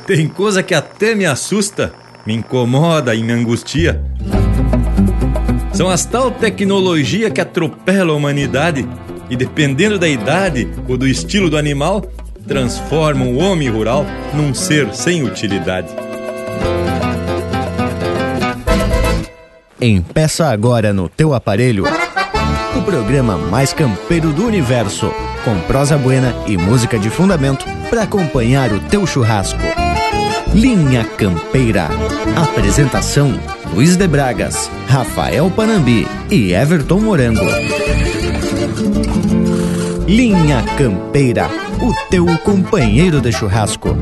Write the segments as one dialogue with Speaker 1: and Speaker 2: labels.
Speaker 1: Tem coisa que até me assusta, me incomoda e me angustia. São as tal tecnologia que atropela a humanidade e, dependendo da idade ou do estilo do animal, transformam o homem rural num ser sem utilidade.
Speaker 2: Empeça agora no teu aparelho o programa mais campeiro do universo, com prosa buena e música de fundamento para acompanhar o teu churrasco. Linha Campeira. Apresentação: Luiz de Bragas, Rafael Panambi e Everton Morango. Linha Campeira, o teu companheiro de churrasco.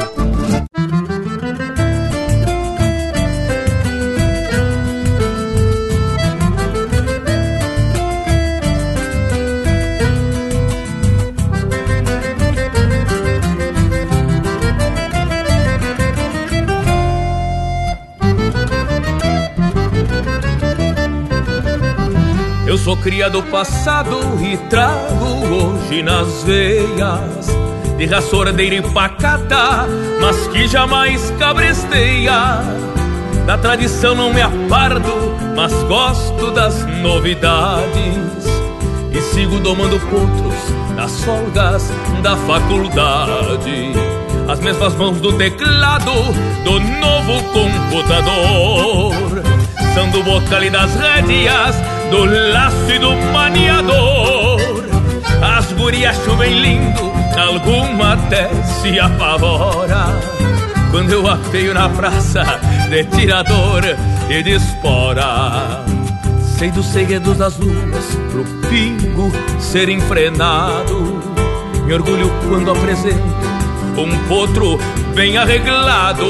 Speaker 3: Eu sou cria do passado e trago hoje nas veias de raça ordeira e pacata, mas que jamais cabresteia. Da tradição não me aparto, mas gosto das novidades e sigo domando potros das folgas da faculdade. As mesmas mãos do teclado do novo computador são do bocal e das rédeas, do laço e do maniador. As gurias chovem lindo, alguma até se apavora quando eu apeio na praça de tirador e de espora. Sei dos segredos das luas pro pingo ser enfrenado. Me orgulho quando apresento um potro bem arreglado.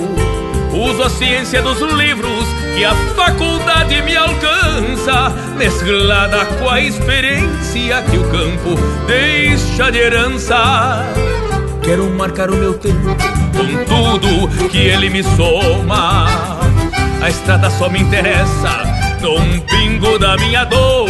Speaker 3: Uso a ciência dos livros que a faculdade me alcança, mesclada com a experiência que o campo deixa de herança. Quero marcar o meu tempo com tudo que ele me soma. A estrada só me interessa num pingo da minha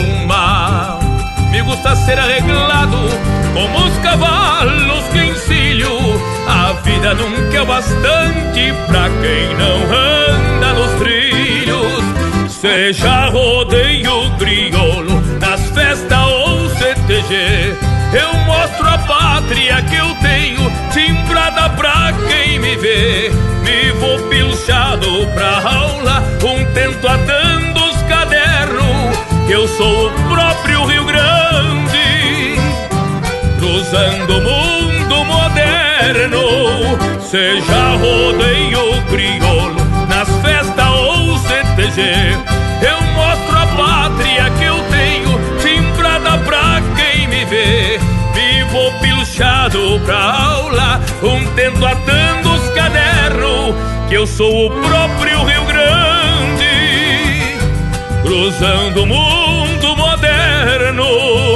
Speaker 3: doma. Me gusta ser arreglado como os cavalos que encilho. A vida nunca é bastante pra quem não anda nos trilhos. Seja rodeio crioulo, nas festas ou CTG, eu mostro a pátria que eu tenho, timbrada pra quem me vê. Me vou pilchado pra aula, tento atando os cadernos, que eu sou o próprio Rio Grande, cruzando o mundo moderno. Seja rodeio crioulo, nas festas ou CTG, eu mostro a pátria que eu tenho, timbrada pra quem me vê. Vivo pilchado pra aula, tento atando os cadernos, que eu sou o próprio Rio Grande, cruzando o mundo moderno.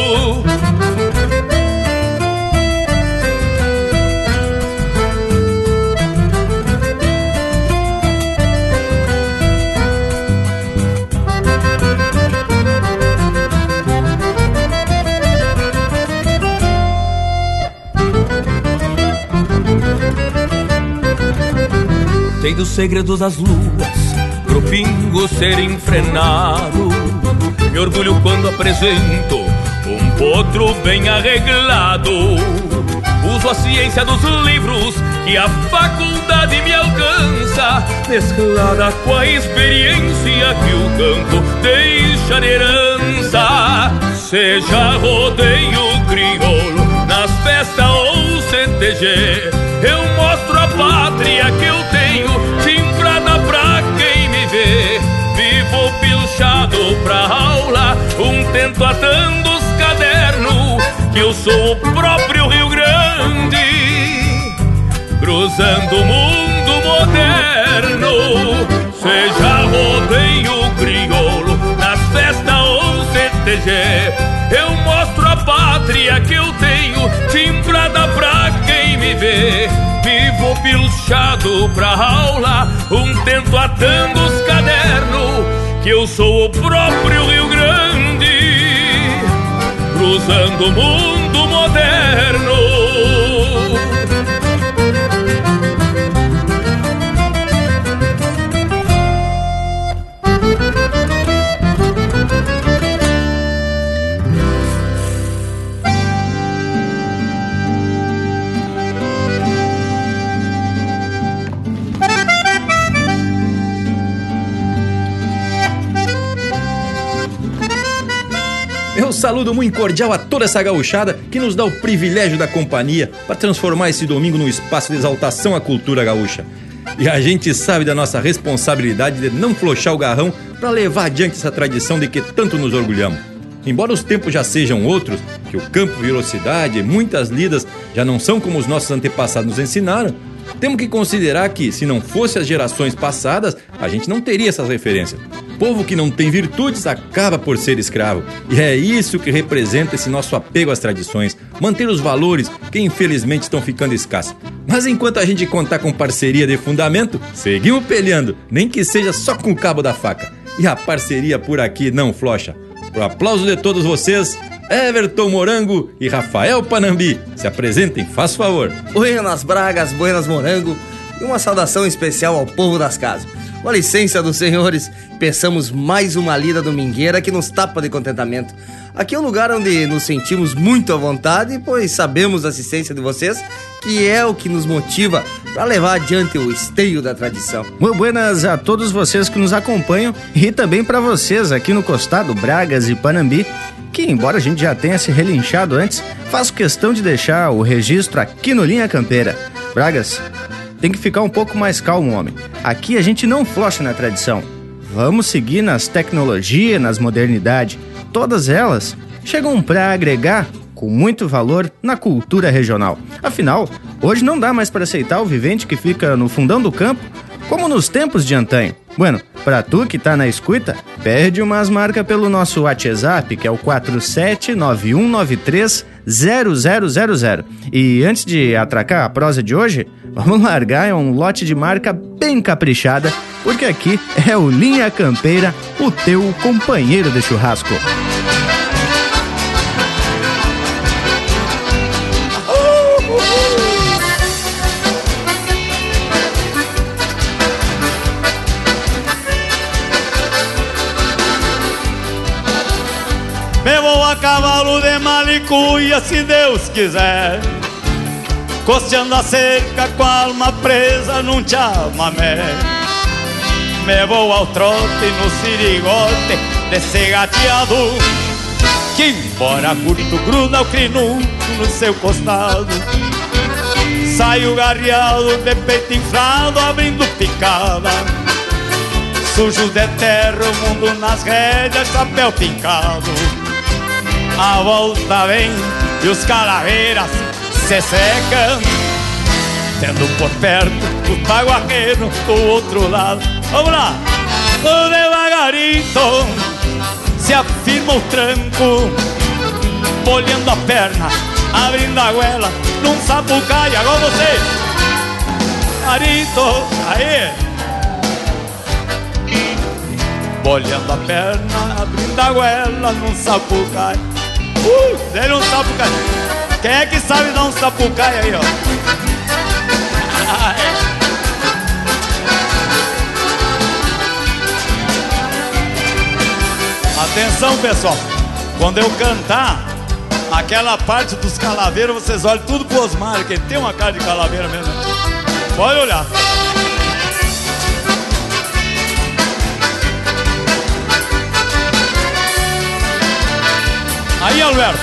Speaker 3: Sei dos segredos das luas pro pingo ser enfrenado. Me orgulho quando apresento um potro bem arreglado. Uso a ciência dos livros que a faculdade me alcança, mesclada com a experiência que o campo deixa de herança. Seja rodeio crioulo, nas festas ou CTG, eu mostro a pátria que eu tenho, timbrada pra quem me vê. Vivo pilchado pra aula, tento atando os cadernos, que eu sou o próprio Rio Grande, cruzando o mundo moderno. Seja rodeio crioulo, nas festas ou CTG, eu mostro a pátria que eu tenho, timbrada pra quem me vê. Vivo pilchado pra aula, tento atando os cadernos, que eu sou o próprio Rio Grande, cruzando o mundo moderno.
Speaker 1: saludo muito cordial a toda essa gauchada que nos dá o privilégio da companhia para transformar esse domingo num espaço de exaltação à cultura gaúcha. E a gente sabe da nossa responsabilidade de não flochar o garrão para levar adiante essa tradição de que tanto nos orgulhamos. Embora os tempos já sejam outros, que o campo virou cidade e muitas lidas já não são como os nossos antepassados nos ensinaram, temos que considerar que, se não fossem as gerações passadas, a gente não teria essas referências. Povo que não tem virtudes acaba por ser escravo. E é isso que representa esse nosso apego às tradições, manter os valores que infelizmente estão ficando escassos. Mas enquanto a gente contar com parceria de fundamento, seguimos peleando, nem que seja só com o cabo da faca. E a parceria por aqui não flocha. Pro aplauso de todos vocês, Everton Morango e Rafael Panambi. Se apresentem, faz favor.
Speaker 4: Buenas Bragas, buenas Morango e uma saudação especial ao povo das casas. Com a licença dos senhores, peçamos mais uma lida domingueira que nos tapa de contentamento. Aqui é um lugar onde nos sentimos muito à vontade, pois sabemos da assistência de vocês, que é o que nos motiva para levar adiante o esteio da tradição.
Speaker 2: Muito buenas a todos vocês que nos acompanham e também para vocês aqui no costado Bragas e Panambi, que embora a gente já tenha se relinchado antes, faço questão de deixar o registro aqui no Linha Campeira. Bragas, tem que ficar um pouco mais calmo, homem. Aqui a gente não flocha na tradição. Vamos seguir nas tecnologias, nas modernidades. Todas elas chegam para agregar com muito valor na cultura regional. Afinal, hoje não dá mais para aceitar o vivente que fica no fundão do campo, como nos tempos de antanho. Bueno, pra tu que tá na escuta, pede umas marcas pelo nosso WhatsApp, que é o 4791930000. E antes de atracar a prosa de hoje, vamos largar um lote de marca bem caprichada, porque aqui é o Linha Campeira, o teu companheiro de churrasco.
Speaker 5: Me vou a cavalo de malicuia, se Deus quiser, costeando a cerca com a alma presa num chamamé. Me vou ao trote no sirigote desse gateado, que embora curto gruda o crinudo no seu costado. Saio garreado de peito inflado abrindo picada, sujo de terra o mundo nas rédeas, chapéu pincado. A volta vem e os calaveiras se secam, tendo por perto o taguarreiro do outro lado. Vamos lá! Devagarito se afirma o tranco, bolhando a perna, abrindo a goela num sapucaia. Agora vocês! Arito, aí! Bolhando a perna, abrindo a goela num sapucaia. Dele um sapucaia. Quem é que sabe dar um sapucaia aí, ó? Atenção, pessoal. Quando eu cantar aquela parte dos calaveiros, vocês olhem tudo pro Osmar, que ele tem uma cara de calaveira mesmo. Pode olhar. Aí, Alberto.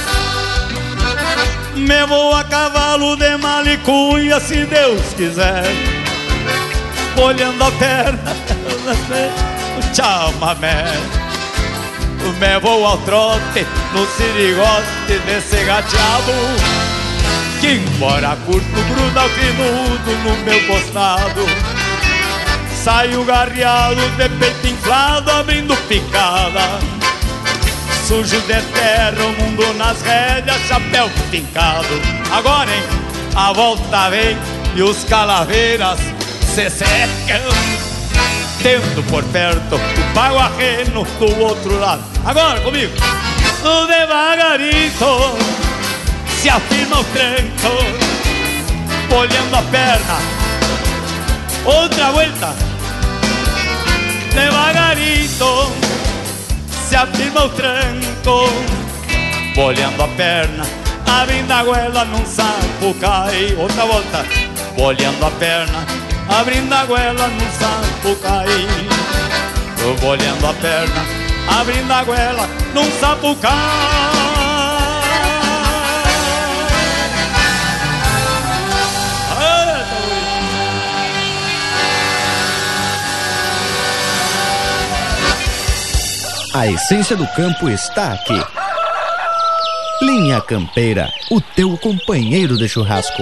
Speaker 5: Me vou a cavalo de malicuia, se Deus quiser, olhando a perna o chamamé. Me vou ao trote no sirigote desse gateado, que embora curto gruda o crinudo no meu costado. Saio garreado de peito inflado abrindo picada, sujo de terra o mundo nas rédeas, chapéu pincado. Agora, hein, a volta vem e os calaveiras se secam, tendo por perto o baguarreno do outro lado. Agora comigo. Devagarito se afirma o tranco, olhando a perna. Outra vuelta. Devagarito se afirma o tranco, bolhando a perna, abrindo a goela num sapucaí. Outra volta. Bolhando a perna, abrindo a goela num sapucaí. Bolhando a perna, abrindo a goela num sapucaí.
Speaker 2: A essência do campo está aqui. Linha Campeira, o teu companheiro de churrasco.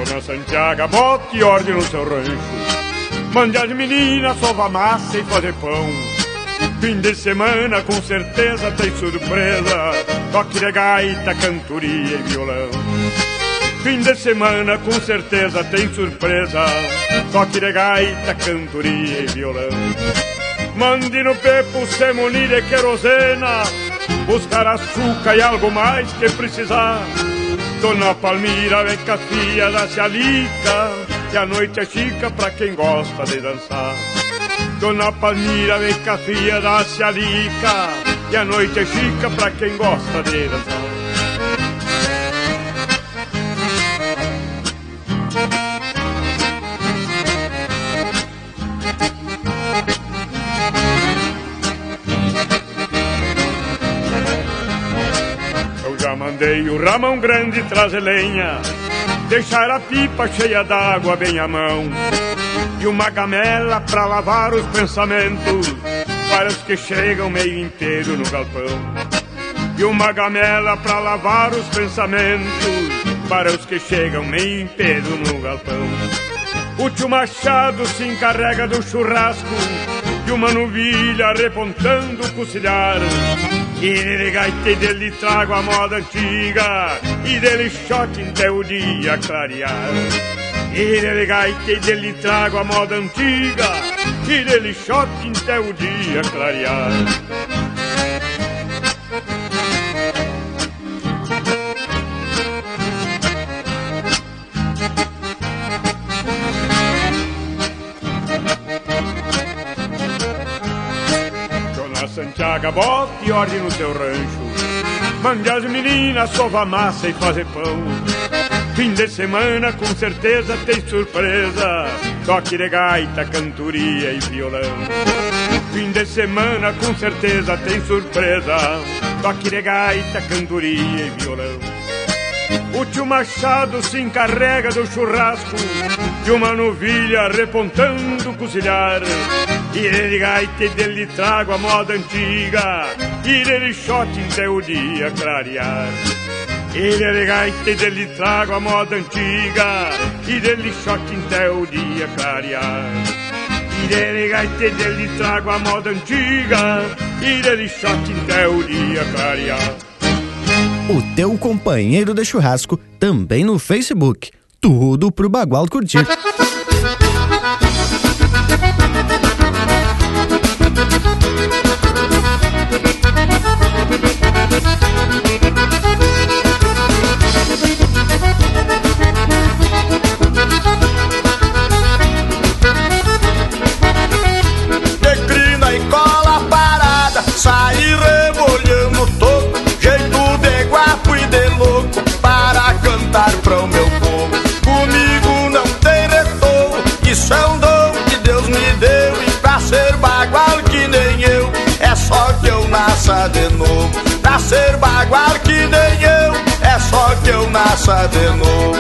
Speaker 6: Dona Santiago, bote ordem no seu rancho. Mande as meninas sovar massa e fazer pão. Fim de semana com certeza tem surpresa, toque de gaita, cantoria e violão. Fim de semana com certeza tem surpresa, toque de gaita, cantoria e violão. Mande no pepo semoli de querosena, buscar açúcar e algo mais que precisar. Dona Palmira vem com a filha da Cialica, que a noite é chica pra quem gosta de dançar. Dona Palmira vem com a filha da Cialica, que a noite é chica pra quem gosta de dançar. Mandei o Ramão Grande trazer lenha, deixar a pipa cheia d'água bem à mão, e uma gamela pra lavar os pensamentos para os que chegam meio inteiro no galpão. E uma gamela pra lavar os pensamentos para os que chegam meio inteiro no galpão. O tio Machado se encarrega do churrasco e uma novilha repontando o cucilhar. E dele gaita e dele trago a moda antiga, e dele shot até o dia clarear. E dele gaita e dele trago a moda antiga, e dele shot até o dia clarear. Santiago, bote ordem no seu rancho. Mande as meninas sovar massa e fazer pão. Fim de semana com certeza tem surpresa, toque de gaita, cantoria e violão. Fim de semana com certeza tem surpresa, toque de gaita, cantoria e violão. O tio Machado se encarrega do churrasco de uma novilha repontando o cucilhar. E dele gaita e dele trago a moda antiga, e dele shot até o dia clarear. E dele gaita e dele trago a moda antiga, e dele shot até o dia clarear. E dele gaita e dele trago a moda antiga, e dele shot até o dia clarear.
Speaker 2: O teu companheiro de churrasco também no Facebook. Tudo pro Bagual curtir.
Speaker 5: Negrina e cola parada, sair rebolhando todo, jeito de guapo e de louco, para cantar para o meu povo. Comigo não tem retorno, isso é um dom que Deus me deu, e pra ser bagual que nem eu, é só que eu nasça de novo. Pra ser bagual que nem eu, é só que eu nasça de novo.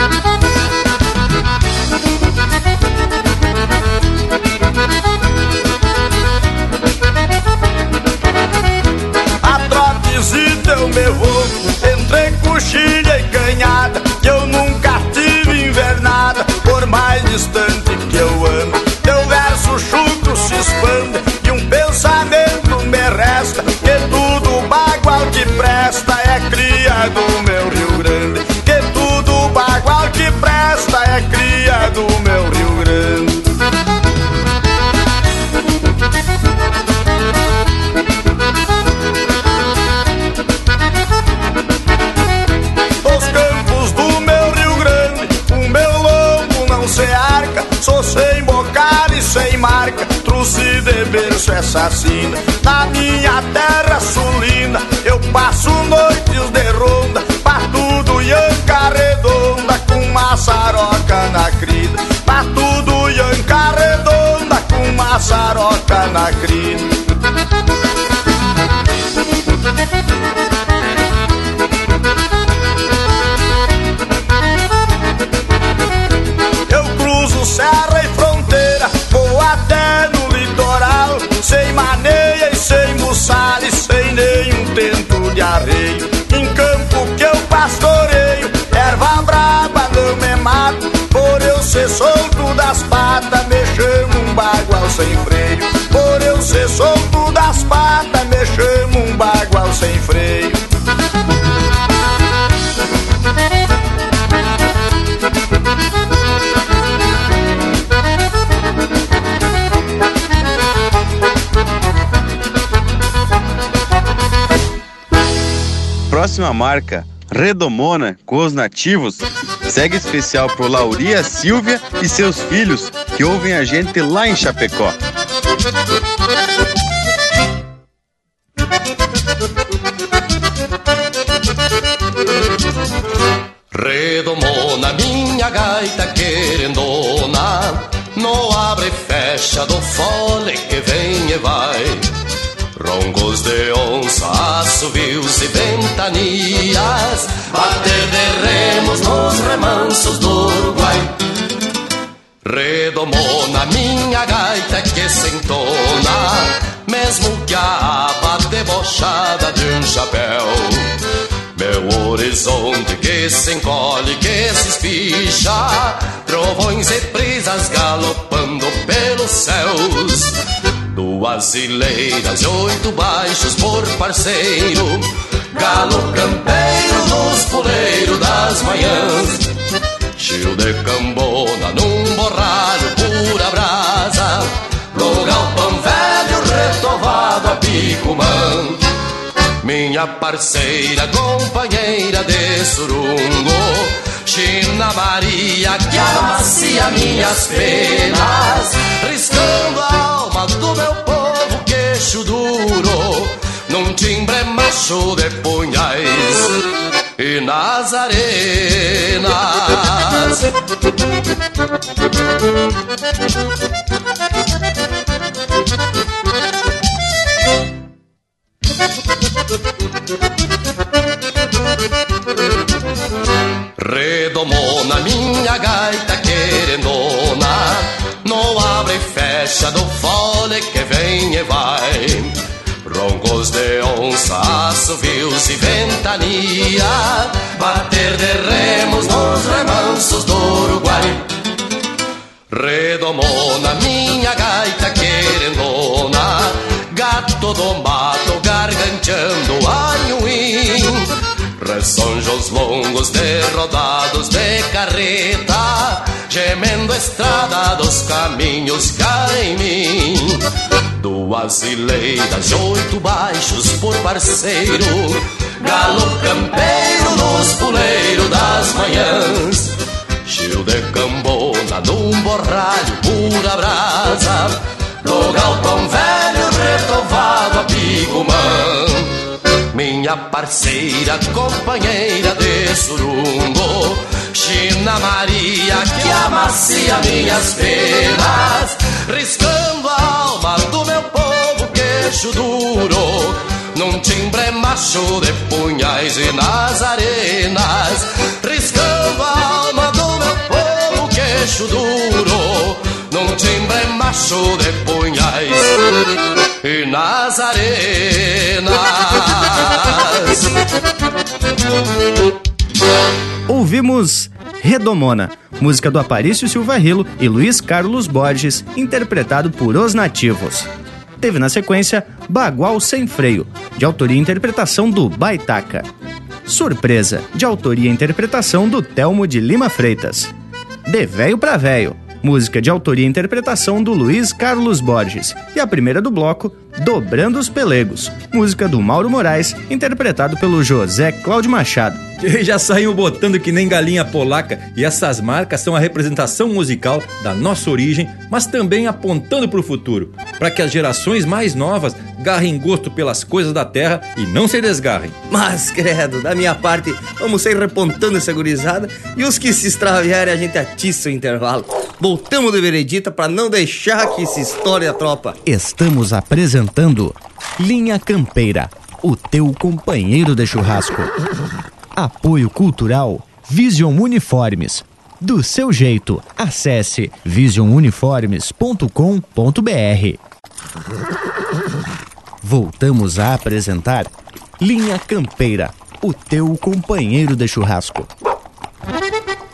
Speaker 5: A trotezita eu me vou, entre coxilha e canhada, que eu nunca tive invernada, por mais distante que eu ando. Teu verso chucro se expande e um pensamento me resta, que tudo bagual que presta é cria do meu Rio Grande. Que tudo bagual que presta é cria do meu Rio Grande. Os campos do meu Rio Grande, o meu lombo não se arca, sou sem bocar e sem marca, trouxe de berço essa sina. Na minha terra sulina eu passo noites de ronda, pra tudo Ianca Redonda, com maçaroca na crina. Pra tudo Ianca Redonda, com maçaroca na crina. Eu cruzo serra e fronteira, vou até no litoral, sem maneia e sem buçal e sem nenhum tento de arreio. Em campo que eu pastoreio, erva braba não me
Speaker 7: mato. Por eu ser solto das patas, me chamo um bagual sem freio. Por eu ser solto das patas, me chamo um bagual sem freio.
Speaker 8: Próxima marca, Redomona, com os nativos. Segue especial pro Lauria Silvia e seus filhos, que ouvem a gente lá em Chapecó.
Speaker 9: Redomona, minha gaita querendona, não abre e fecha do fole que vem e vai. Roncos de onça, assovios e ventanias, bater de remos nos remansos do Uruguai. Redomona, minha gaita que sentona, mesmo que a aba debochada de um chapéu. Meu horizonte que se encolhe, que se espicha, trovões e brisas galopando pelos céus. 2 hileiras e 8 baixos por parceiro, galo campeiro dos puleiros das manhãs. Chio de cambona num borralho pura brasa, no galpão velho retovado a picumã. Minha parceira, companheira de surungo, China Maria, que amacia minhas penas, riscando a alma do meu povo, queixo duro, num timbre macho de punhais e nas arenas. Redomona, minha gaita querendona, não abre e fecha do fole que vem e vai. Roncos de onça, assovios e ventania, bater de remos nos remansos do Uruguai. Redomona, minha gaita querendona, gato do mato garganteando anhuim. Ressonjos longos de rodados de carreta, gemendo a estrada dos caminhos cá em mim. 2 hileiras e 8 baixos por parceiro, galo campeiro nos puleiros das manhãs. Chio de cambona num borralho pura brasa, no galpão velho retovado a picumã. Minha parceira, companheira de surungo, China Maria, que amacia minhas penas, riscando a alma do meu povo, queixo duro, num timbre macho de punhais e nas arenas. Riscando a alma do meu povo, queixo duro, num timbre macho de punhais e nas arenas.
Speaker 2: Ouvimos Redomona, música do Aparício Silva Rilo e Luiz Carlos Borges, interpretado por Os Nativos. Teve na sequência Bagual Sem Freio, de autoria e interpretação do Baitaca. Surpresa, de autoria e interpretação do Telmo de Lima Freitas. De Véio Pra Véio, música de autoria e interpretação do Luiz Carlos Borges. E a primeira do bloco, Dobrando os Pelegos, música do Mauro Moraes, interpretado pelo José Cláudio Machado.
Speaker 1: Já saímos botando que nem galinha polaca, e essas marcas são a representação musical da nossa origem, mas também apontando para o futuro, para que as gerações mais novas garrem gosto pelas coisas da terra e não se desgarrem.
Speaker 4: Mas, credo, da minha parte, vamos sair repontando essa gurizada, e os que se extraviarem a gente atiça o intervalo. Voltamos de veredita para não deixar que se estoure a tropa.
Speaker 2: Estamos apresentando Linha Campeira, o teu companheiro de churrasco. Apoio Cultural Vision Uniformes. Do seu jeito, acesse visionuniformes.com.br. Voltamos a apresentar Linha Campeira, o teu companheiro de churrasco.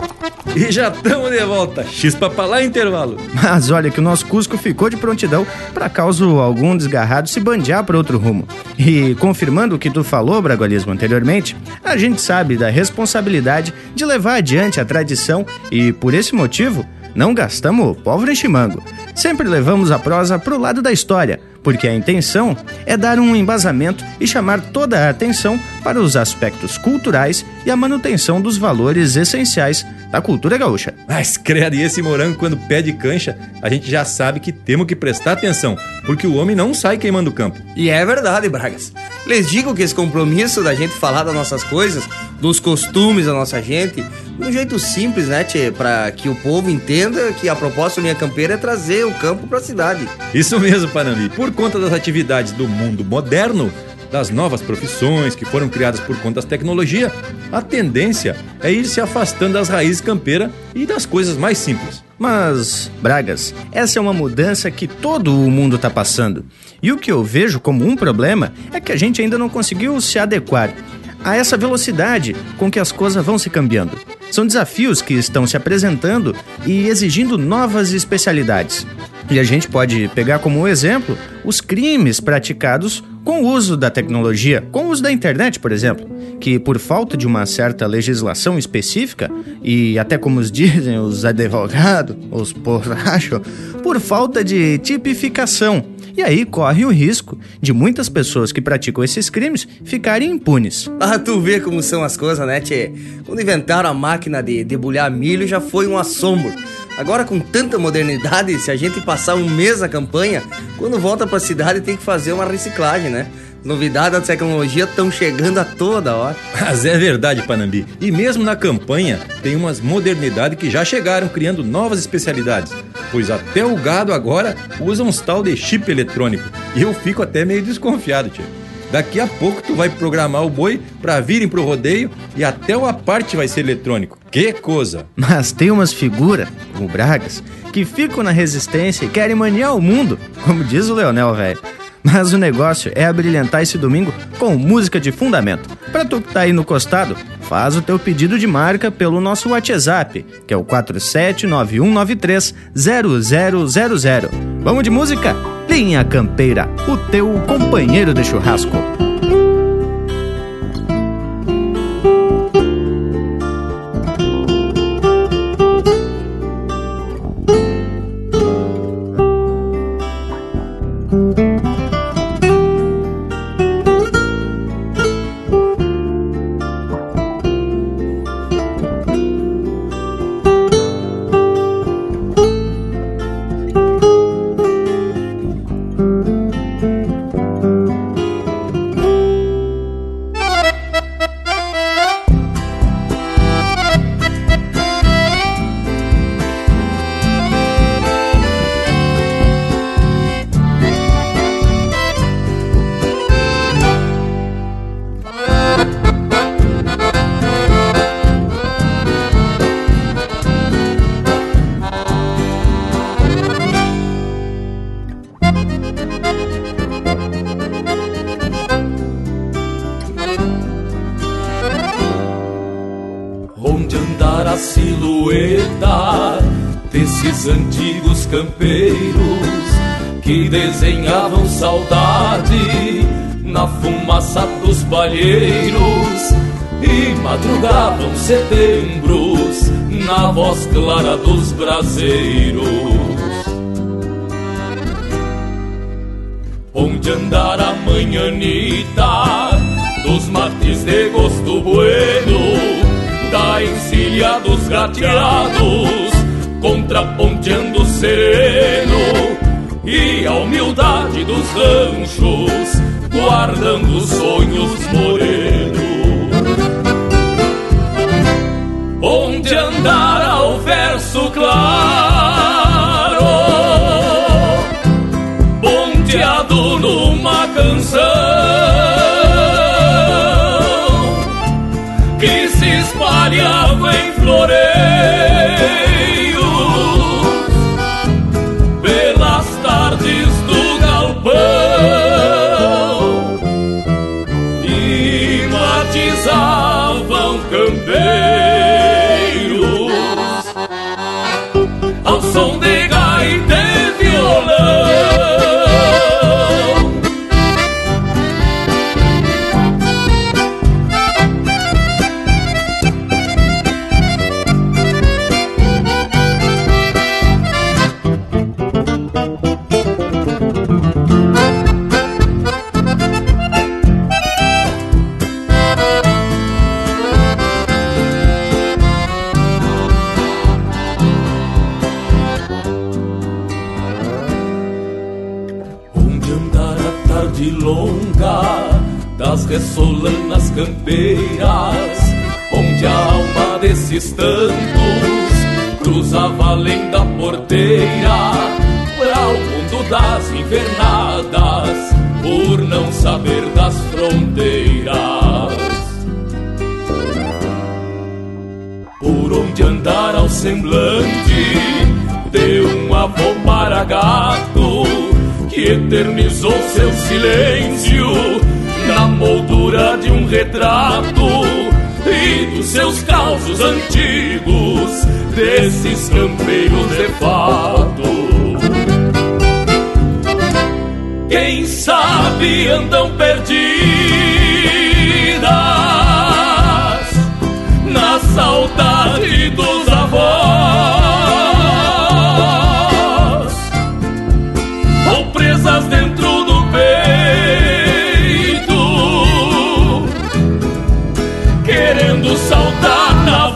Speaker 1: E já estamos de volta, chispa pra lá, intervalo.
Speaker 2: Mas olha que o nosso Cusco ficou de prontidão para caso algum desgarrado se bandear para outro rumo. E confirmando o que tu falou, Bragualismo, anteriormente, a gente sabe da responsabilidade de levar adiante a tradição e, por esse motivo, não gastamos pólvora em chimango. Sempre levamos a prosa pro lado da história, porque a intenção é dar um embasamento e chamar toda a atenção para os aspectos culturais e a manutenção dos valores essenciais da cultura gaúcha.
Speaker 1: Mas credo, e esse morango quando pede cancha, a gente já sabe que temos que prestar atenção, porque o homem não sai queimando o campo.
Speaker 4: E é verdade, Bragas. Les digo que esse compromisso da gente falar das nossas coisas, dos costumes da nossa gente, de um jeito simples, né, tchê? Pra que o povo entenda que a proposta do Linha Campeira é trazer o campo pra cidade.
Speaker 1: Isso mesmo, Panambi. Por conta das atividades do mundo moderno, das novas profissões que foram criadas por conta das tecnologias, a tendência é ir se afastando das raízes campeiras e das coisas mais simples.
Speaker 2: Mas, Bragas, essa é uma mudança que todo o mundo está passando. E o que eu vejo como um problema é que a gente ainda não conseguiu se adequar a essa velocidade com que as coisas vão se cambiando. São desafios que estão se apresentando e exigindo novas especialidades. E a gente pode pegar como exemplo os crimes praticados com o uso da tecnologia, com o uso da internet, por exemplo, que por falta de uma certa legislação específica, e até como dizem os advogados, os porrachos, por falta de tipificação. E aí corre o risco de muitas pessoas que praticam esses crimes ficarem impunes.
Speaker 4: Ah, tu vê como são as coisas, né, tchê? Quando inventaram a máquina de debulhar milho já foi um assombro. Agora, com tanta modernidade, se a gente passar um mês na campanha, quando volta pra cidade tem que fazer uma reciclagem, né? Novidades da tecnologia estão chegando a toda hora.
Speaker 1: Mas é verdade, Panambi. E mesmo na campanha, tem umas modernidades que já chegaram criando novas especialidades. Pois até o gado agora usa uns tal de chip eletrônico. E eu fico até meio desconfiado, tio. Daqui a pouco tu vai programar o boi pra virem pro rodeio e até o aparte vai ser eletrônico. Que coisa!
Speaker 2: Mas tem umas figuras, como Bragas, que ficam na resistência e querem maniar o mundo, como diz o Leonel, velho. Mas o negócio é abrilhantar esse domingo com música de fundamento. Pra tu que tá aí no costado, faz o teu pedido de marca pelo nosso WhatsApp, que é o 4791930000. Vamos de música? Linha Campeira, o teu companheiro de churrasco.
Speaker 3: Antigos campeiros que desenhavam saudade na fumaça dos palheiros e madrugavam setembros na voz clara dos braseiros. Onde andar a manhanita dos mates de gosto bueno, da encilha dos gateados contraponteando sereno, e a humildade dos ranchos guardando sonhos morenos. Onde andar ao verso claro, ponteado numa canção que se espalhava em floreios do galpão e batizavam campeiros das ressolanas campeiras, onde a alma desses tantos cruzava além da porteira para o mundo das invernadas, por não saber das fronteiras. Por onde andar ao semblante de um avô maragato que eternizou seu silêncio na moldura de um retrato, e dos seus causos antigos, desses campeiros de fato. Quem sabe andam perdidas na saudade dos avós, ou presas dentro do peito, querendo saltar na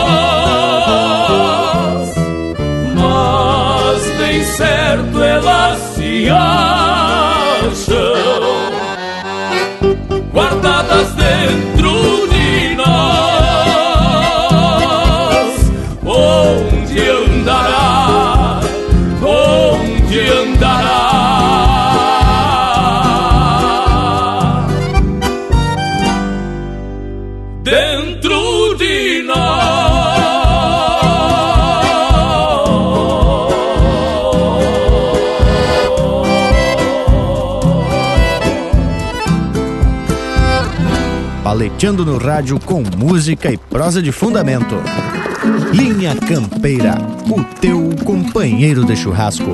Speaker 3: voz, mas bem certo elas se acham guardadas dentro de nós. Onde andará? Onde andará? Dentro de nós.
Speaker 2: Paleteando no rádio com música e prosa de fundamento. Linha Campeira, o teu companheiro de churrasco.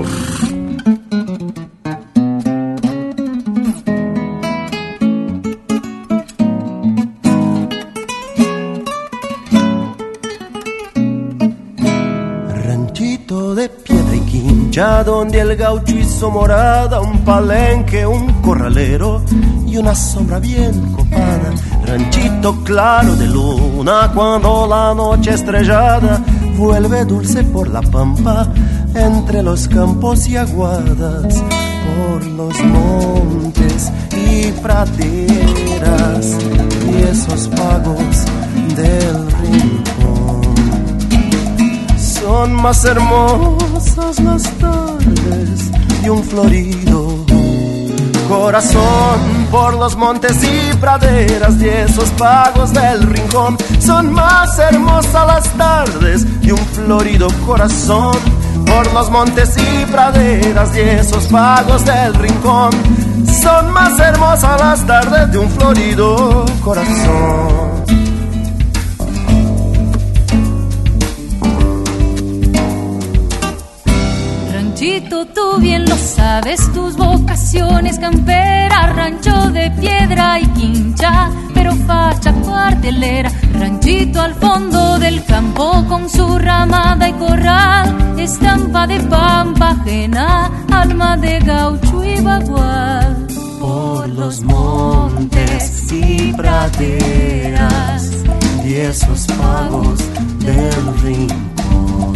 Speaker 10: Ranchito de piedra y quincha, donde el gaucho hizo morada, un palenque, un corralero y una sombra bien copada. Ranchito claro de luna, cuando la noche estrellada vuelve dulce por la pampa, entre los campos y aguadas, por los montes y praderas, y esos pagos del rincón. Son más hermosas las tardes de un florido corazón, por los montes y praderas de esos pagos del rincón. Son más hermosas las tardes de un florido corazón, por los montes y praderas de esos pagos del rincón. Son más hermosas las tardes de un florido corazón.
Speaker 11: Ranchito, tú bien lo sabes, tus vocaciones campera, rancho de piedra y quincha, pero facha cuartelera. Ranchito al fondo del campo con su ramada y corral, estampa de pampa ajena, alma de gaucho y bagual. Por los montes y praderas y esos pagos del rincón.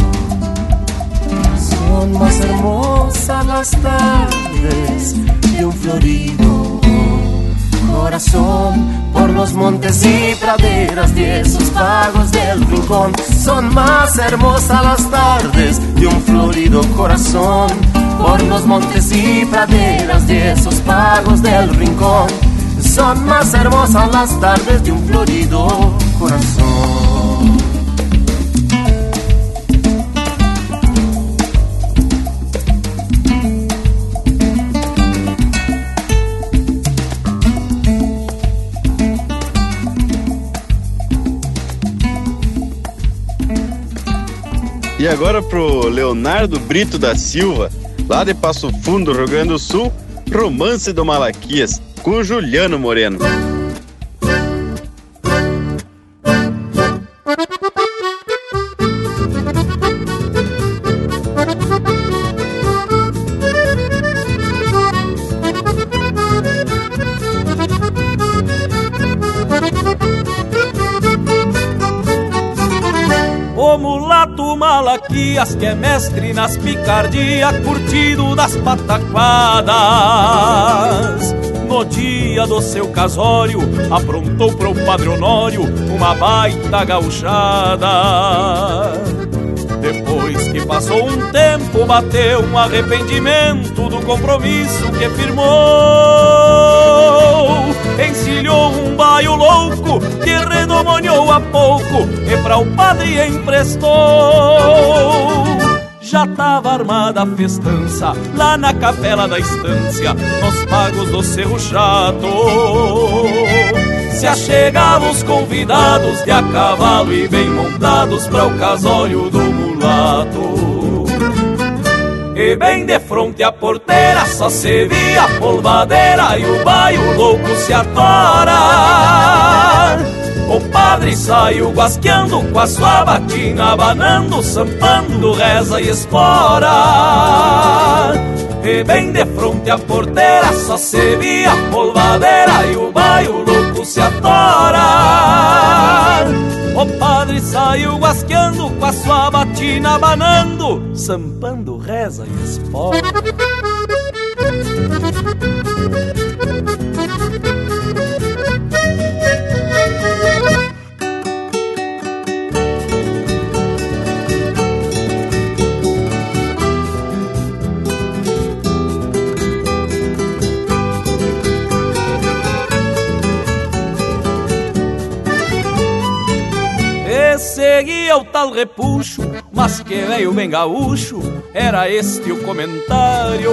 Speaker 11: Son más hermosas las tardes de un florido corazón, por los montes y praderas de esos pagos del rincón. Son más hermosas las tardes de un florido corazón, por los montes y praderas de esos pagos del rincón. Son más hermosas las tardes de un florido corazón.
Speaker 8: E agora pro Leonardo Brito da Silva, lá de Passo Fundo, Rio Grande do Sul, Romance do Malaquias, com Juliano Moreno.
Speaker 5: O mulato Malaquias, que é mestre nas picardias, curtido das pataquadas,
Speaker 3: no dia do seu casório, aprontou pro Padre Honório uma baita gauchada. Depois que passou um tempo, bateu um arrependimento do compromisso que firmou. Encilhou um baio louco que redomoniou a pouco e pra o padre emprestou. Já tava armada a festança lá na capela da estância, nos pagos do Cerro Chato. Se achegavam os convidados de a cavalo e bem montados para o casório do mulato. E bem de fronte à porteira só se via a polvadeira e o baio louco se atora. O padre saiu guasqueando com a sua batina, abanando, sampando, reza e espora. E bem de fronte à porteira só se via a polvadeira e o baio louco se atora. O padre saiu guasqueando com a sua batina, abanando, sampando, reza e espora. Seguia o tal repuxo, mas que veio bem gaúcho, era este o comentário.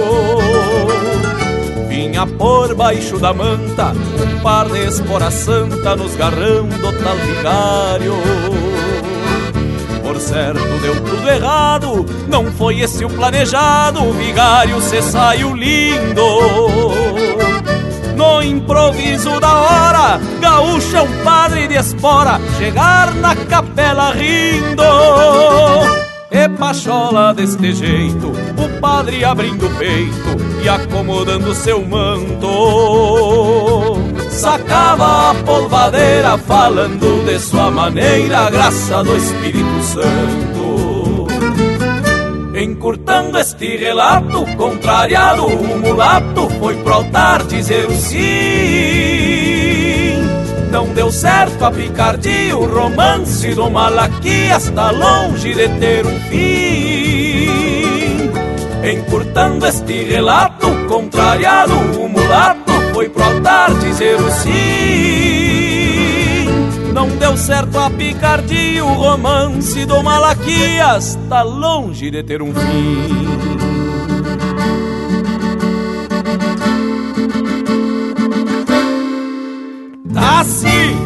Speaker 3: Vinha por baixo da manta um par de espora santa nos garrão do tal vigário. Por certo deu tudo errado, não foi esse o planejado, o vigário se saiu lindo. No improviso da hora, gaúcho é um padre de espora, chegar na capela rindo. E pachola deste jeito, o padre abrindo o peito e acomodando seu manto. Sacava a polvadeira falando de sua maneira, graça do Espírito Santo. Encurtando este relato, contrariado o mulato foi pro altar dizer o sim. Não deu certo a picardia, o romance do Malaquias está longe de ter um fim. Encurtando este relato, contrariado o mulato foi pro altar dizer o sim. Não deu certo a picardia, o romance do Malaquias tá longe de ter um fim. Tá sim!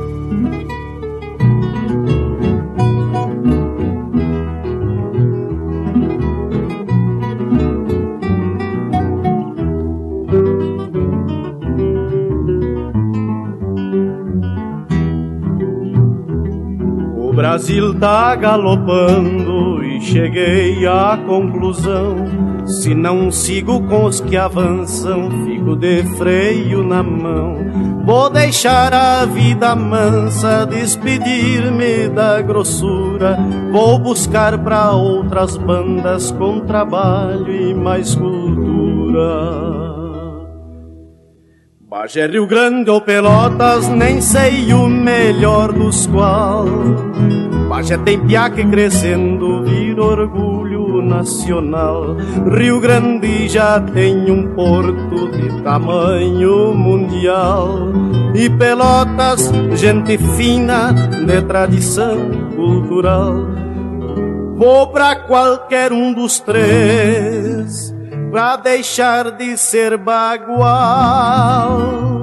Speaker 10: O Brasil tá galopando e cheguei à conclusão: se não sigo com os que avançam, fico de freio na mão. Vou deixar a vida mansa, despedir-me da grossura. Vou buscar pra outras bandas com trabalho e mais cultura. Bagé, Rio Grande ou Pelotas, nem sei o melhor dos qual. Bagé tem piá que crescendo vira orgulho nacional. Rio Grande já tem um porto de tamanho mundial. E Pelotas, gente fina de tradição cultural. Vou pra qualquer um dos três pra deixar de ser bagual.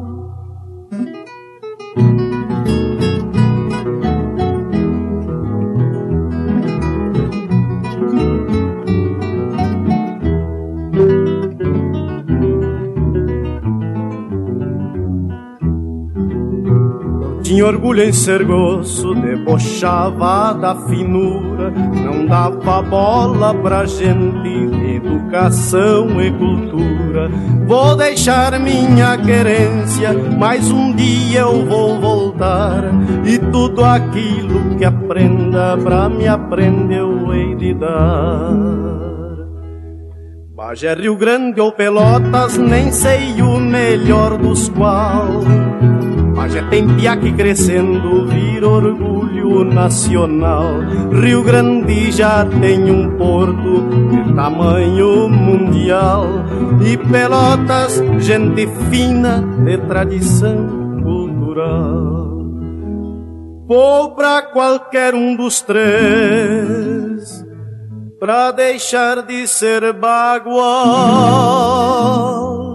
Speaker 10: Tinha orgulho em ser grosso, debochava da finura, não dava bola pra gente, educação e cultura. Vou deixar minha querência, mas um dia eu vou voltar, e tudo aquilo que aprenda pra me aprender eu hei de dar. Bagé, Rio Grande ou Pelotas, nem sei o melhor dos qual. Bagé tem piaque crescendo, vira orgulho nacional. Rio Grande já tem um porto de tamanho mundial. E Pelotas, gente fina de tradição cultural. Vou pra qualquer um dos três, pra deixar de ser bagual.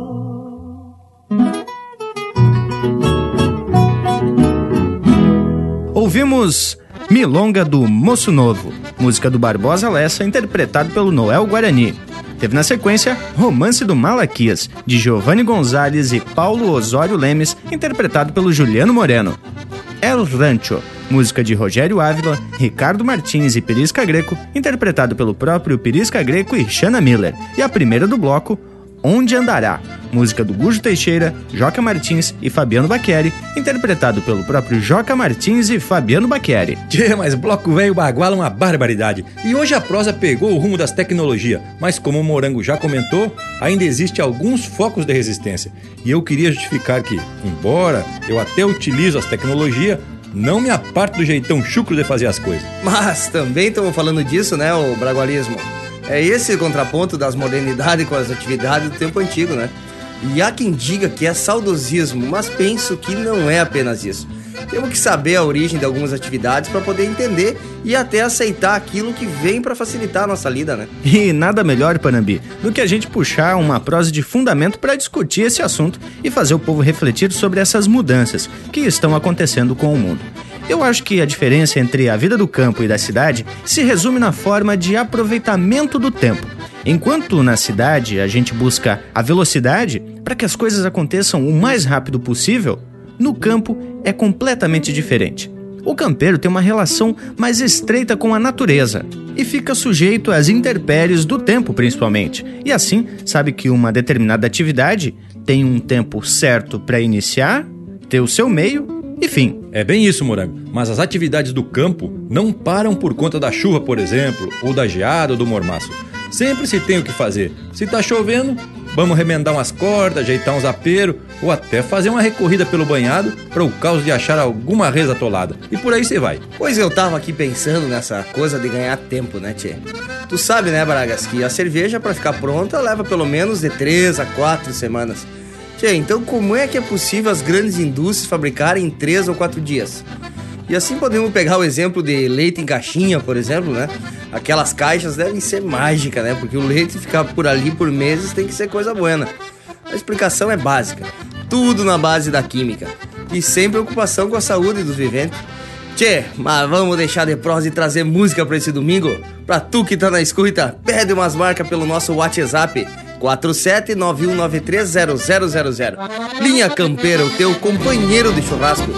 Speaker 2: Ouvimos Milonga do Moço Novo, música do Barbosa Lessa, interpretado pelo Noel Guarani. Teve na sequência Romance do Malaquias, de Giovanni Gonzalez e Paulo Osório Lemes, interpretado pelo Juliano Moreno. El Rancho, música de Rogério Ávila, Ricardo Martins e Pirisca Greco, interpretado pelo próprio Pirisca Greco e Xana Miller. E a primeira do bloco, Onde Andará, música do Gujo Teixeira, Joca Martins e Fabiano Bacchieri, interpretado pelo próprio Joca Martins e Fabiano Bacchieri.
Speaker 1: Tchê, mas bloco velho baguala é uma barbaridade. E hoje a prosa pegou o rumo das tecnologias, mas como o Morango já comentou, ainda existe alguns focos de resistência. E eu queria justificar que, embora eu até utilizo as tecnologias, não me aparto do jeitão chucro de fazer as coisas.
Speaker 4: Mas também estamos falando disso, né, o bragualismo. É esse contraponto das modernidades com as atividades do tempo antigo, né? E há quem diga que é saudosismo, mas penso que não é apenas isso. Temos que saber a origem de algumas atividades para poder entender e até aceitar aquilo que vem para facilitar a nossa lida, né?
Speaker 2: E nada melhor, Panambi, do que a gente puxar uma prosa de fundamento para discutir esse assunto e fazer o povo refletir sobre essas mudanças que estão acontecendo com o mundo. Eu acho que a diferença entre a vida do campo e da cidade se resume na forma de aproveitamento do tempo. Enquanto na cidade a gente busca a velocidade para que as coisas aconteçam o mais rápido possível, no campo é completamente diferente. O campeiro tem uma relação mais estreita com a natureza e fica sujeito às intempéries do tempo, principalmente. E assim, sabe que uma determinada atividade tem um tempo certo para iniciar, ter o seu meio e fim.
Speaker 1: É bem isso, Morango. Mas as atividades do campo não param por conta da chuva, por exemplo, ou da geada ou do mormaço. Sempre se tem o que fazer. Se tá chovendo, vamos remendar umas cordas, ajeitar uns aperos, ou até fazer uma recorrida pelo banhado para o caso de achar alguma reza atolada. E por aí você vai.
Speaker 4: Pois eu tava aqui pensando nessa coisa de ganhar tempo, né, tchê? Tu sabe, né, Bragas, que a cerveja para ficar pronta leva pelo menos de 3 a 4 semanas. Tchê, então como é que é possível as grandes indústrias fabricarem em 3 ou 4 dias? E assim podemos pegar o exemplo de leite em caixinha, por exemplo, né? Aquelas caixas devem ser mágicas, né? Porque o leite ficar por ali por meses tem que ser coisa buena. A explicação é básica. Tudo na base da química. E sem preocupação com a saúde dos viventes. Tchê, mas vamos deixar de prosa e trazer música pra esse domingo? Pra tu que tá na escuta, pede umas marcas pelo nosso WhatsApp 4791930000. Linha Campeira, o teu companheiro de churrasco.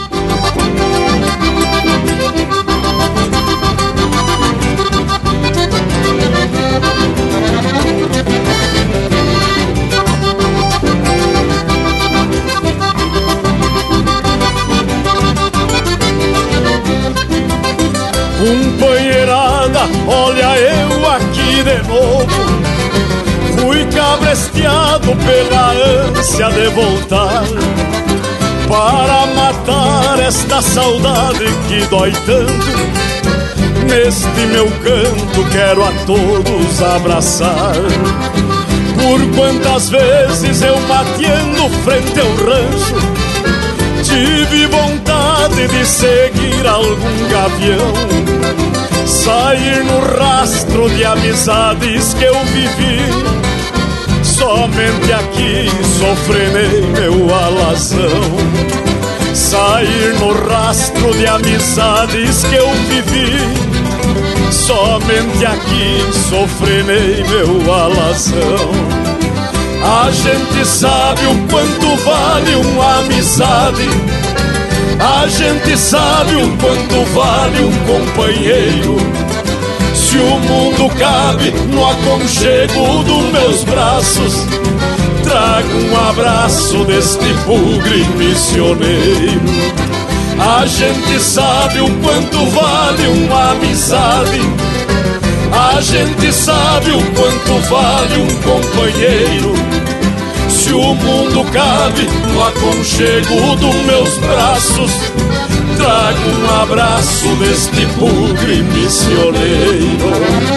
Speaker 5: Companheirada, olha eu aqui de novo. Fui cabresteado pela ânsia de voltar para matar esta saudade que dói tanto. Neste meu canto quero a todos abraçar. Por quantas vezes eu mateando frente ao rancho tive vontade de seguir algum gavião, sair no rastro de amizades que eu vivi. Somente aqui sofrenei meu alazão, sair no rastro de amizades que eu vivi. Somente aqui sofrenei meu alazão. A gente sabe o quanto vale uma amizade, a gente sabe o quanto vale um companheiro. Se o mundo cabe no aconchego dos meus braços, trago um abraço deste bugre missioneiro. A gente sabe o quanto vale uma amizade, a
Speaker 12: A gente sabe o quanto vale um companheiro. Se o mundo cabe no aconchego dos meus braços, trago um abraço deste bugre missioneiro.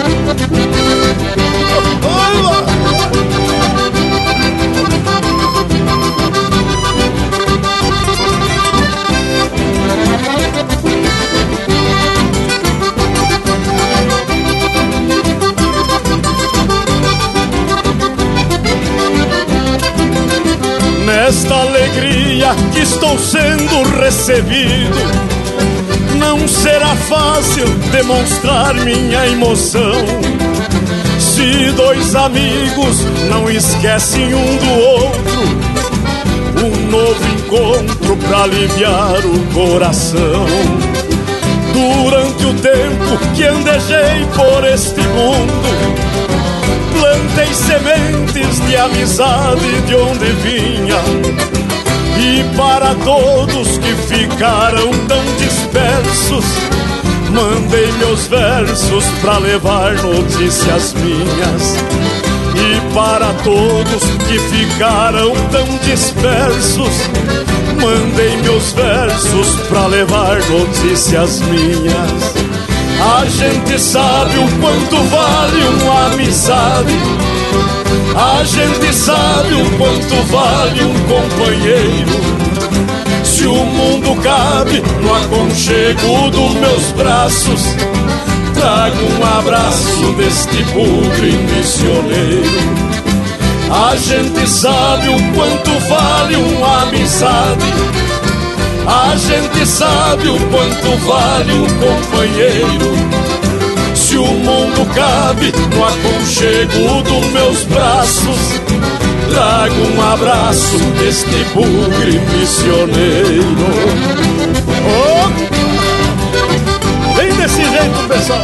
Speaker 12: Nesta alegria que estou sendo recebido, não será fácil demonstrar minha emoção. Se dois amigos não esquecem um do outro, um novo encontro pra aliviar o coração. Durante o tempo que andejei por este mundo, plantei sementes de amizade de onde vinha. E para todos que ficaram tão dispersos, mandei meus versos pra levar notícias minhas. E para todos que ficaram tão dispersos, mandei meus versos pra levar notícias minhas. A gente sabe o quanto vale uma amizade. A gente sabe o quanto vale um companheiro. Se o mundo cabe no aconchego dos meus braços, trago um abraço deste bugre missioneiro. A gente sabe o quanto vale uma amizade. A gente sabe o quanto vale um companheiro. Se o mundo cabe no aconchego dos meus braços, trago um abraço deste bugre missioneiro.
Speaker 5: Oh! Vem desse jeito, pessoal!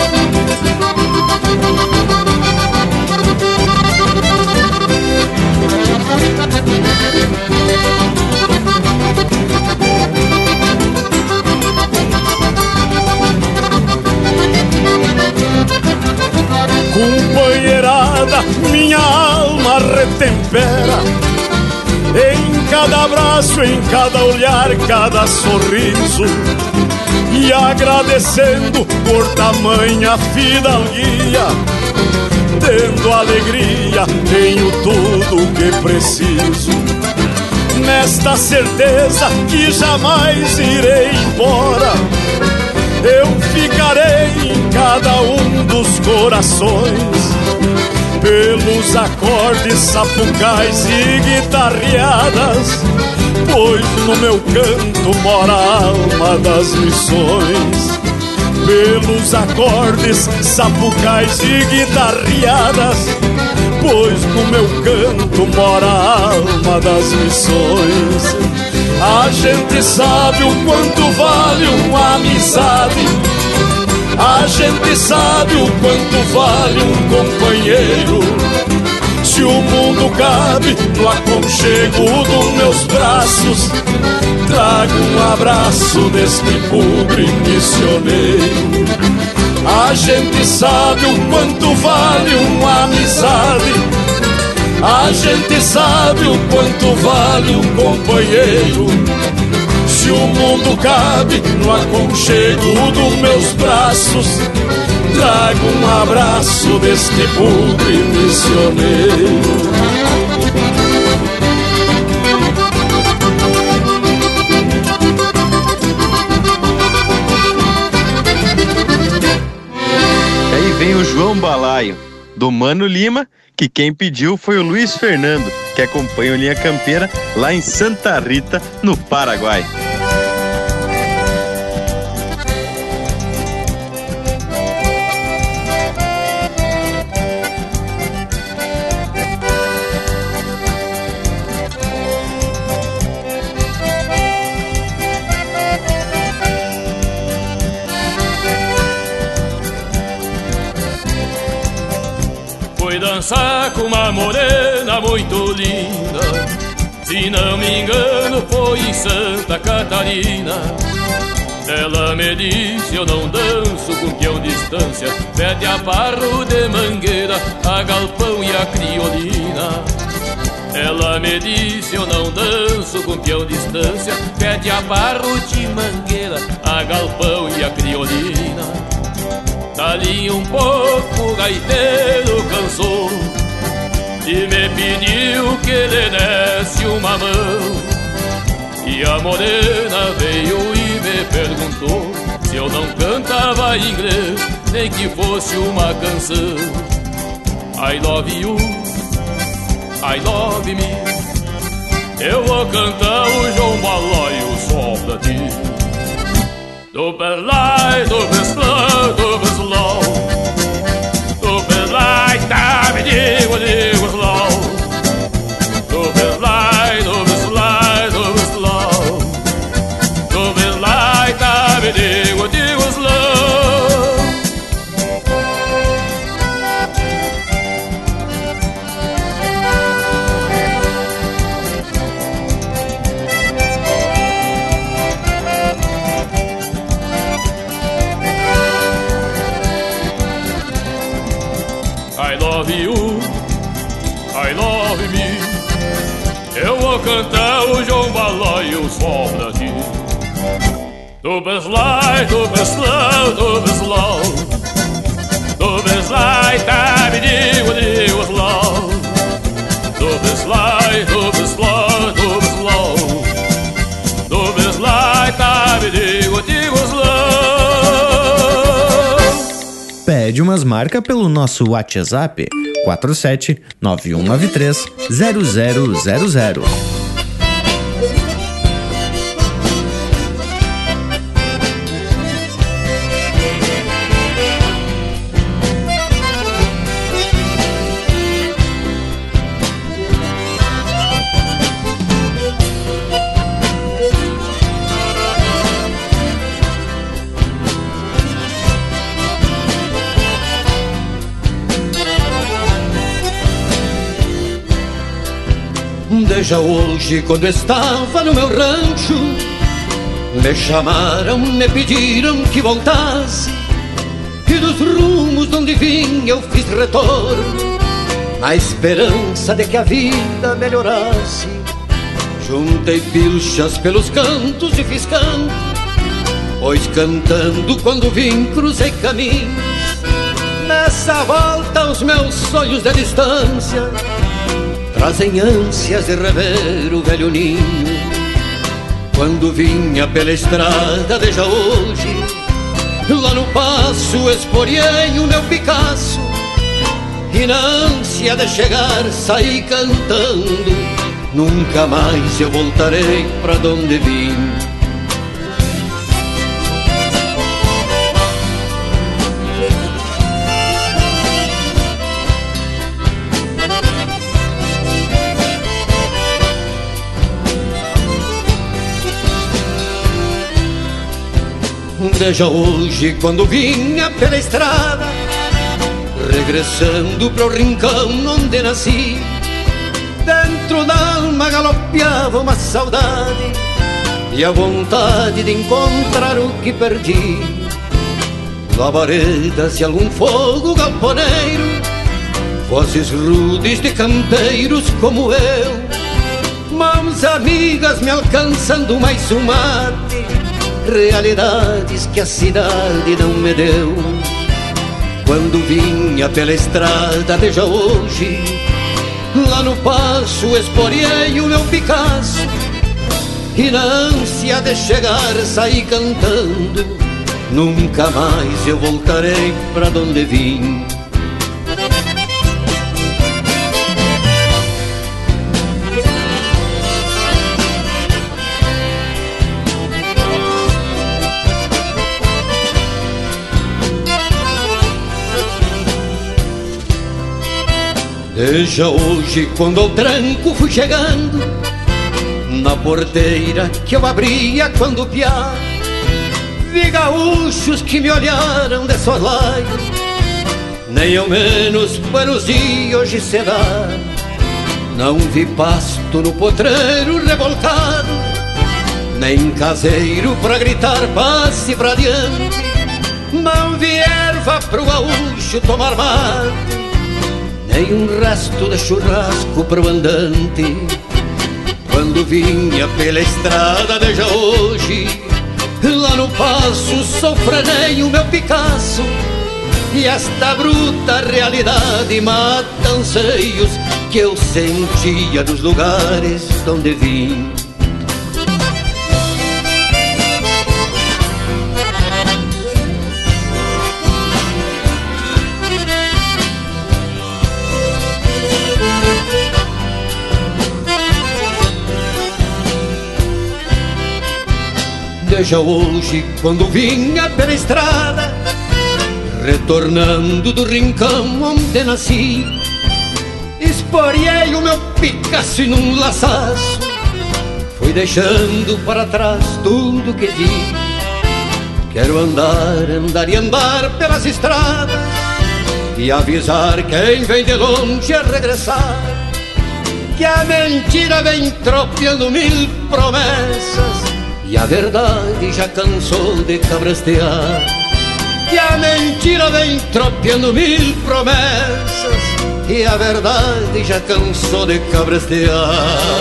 Speaker 5: Companheirada, minha alma retempera em cada abraço, em cada olhar, cada sorriso. E agradecendo por tamanha fidalguia, tendo alegria, tenho tudo o que preciso. Nesta certeza que jamais irei embora, eu ficarei em cada um dos corações, pelos acordes sapucais e guitarreadas, pois no meu canto mora a alma das missões. Pelos acordes sapucais e guitarreadas, pois no meu canto mora a alma das missões. A gente sabe o quanto vale uma amizade. A gente sabe o quanto vale um companheiro. Se o mundo cabe no aconchego dos meus braços, trago um abraço deste bugre missioneiro. A gente sabe o quanto vale uma amizade. A gente sabe o quanto vale um companheiro. Se o mundo cabe no aconchego dos meus braços, trago um abraço deste bugre missioneiro.
Speaker 8: Aí vem o João Balaio, do Mano Lima, que quem pediu foi o Luiz Fernando, que acompanha o Linha Campeira lá em Santa Rita, no Paraguai.
Speaker 3: Dançar com uma morena muito linda, se não me engano foi em Santa Catarina. Ela me disse, eu não danço com peão distância, pede a barro de mangueira, a galpão e a criolina. Ela me disse, eu não danço com peão distância, pede a barro de mangueira, a galpão e a criolina. Dali um pouco o gaiteiro cansou e me pediu que lhe desse uma mão. E a morena veio e me perguntou se eu não cantava inglês, nem que fosse uma canção. I love you, I love me. Eu vou cantar o João Baloio só pra ti. Do belai, do beslão, do beslão, do belai, tá, me digo, digo, slow. Do belai, do beslai, do beslão, do belai, tá, me digo, digo, slow. I love you, I love me. Eu vou cantar o João Baloio só pra ti. Do beslai, do beslão, do beslão, do beslai, tá, me digo, digo, slow. Do beslai, do beslão, do beslão, do beslai, tá, me digo, digo, slow.
Speaker 2: Pede umas marcas pelo nosso WhatsApp 47 9193 0000.
Speaker 13: Desde hoje, quando estava no meu rancho, me chamaram, me pediram que voltasse, e dos rumos onde vim eu fiz retorno, na esperança de que a vida melhorasse. Juntei pilchas pelos cantos e fiz canto, pois cantando quando vim cruzei caminhos. Nessa volta os meus sonhos de distância trazem ânsias de rever o velho ninho. Quando vinha pela estrada desde hoje, lá no passo esporei o meu Picasso, e na ânsia de chegar saí cantando. Nunca mais eu voltarei pra donde vim. Desde hoje, quando vinha pela estrada, regressando pro rincão onde nasci, dentro da alma galopeava uma saudade e a vontade de encontrar o que perdi. Labaredas e algum fogo galponeiro, vozes rudes de campeiros como eu, mãos amigas me alcançando mais um mate, realidades que a cidade não me deu. Quando vinha pela estrada desde hoje, lá no passo esporei o meu Picasso, e na ânsia de chegar saí cantando. Nunca mais eu voltarei pra donde vim. Desde hoje, quando ao tranco fui chegando, na porteira que eu abria quando piá, vi gaúchos que me olharam de soslaio, nem ao menos buenos dias hoje se dá. Não vi pasto no potreiro revolcado, nem caseiro pra gritar passe pra diante. Não vi erva pro gaúcho tomar mate, nem um resto de churrasco pro andante. Quando vinha pela estrada desde hoje, lá no passo sofrenei o meu Picasso, e esta bruta realidade mata anseios que eu sentia dos lugares donde vim. Desde hoje, quando vinha pela estrada, retornando do rincão onde nasci, esporei o meu Picasso em um laçaço, fui deixando para trás tudo que vi. Quero andar, andar e andar pelas estradas, e avisar quem vem de longe a regressar, que a mentira vem tropeando mil promessas, e a verdade já cansou de cabrastear. Que a mentira vem tropeando mil promessas, e a verdade já cansou de cabrastear.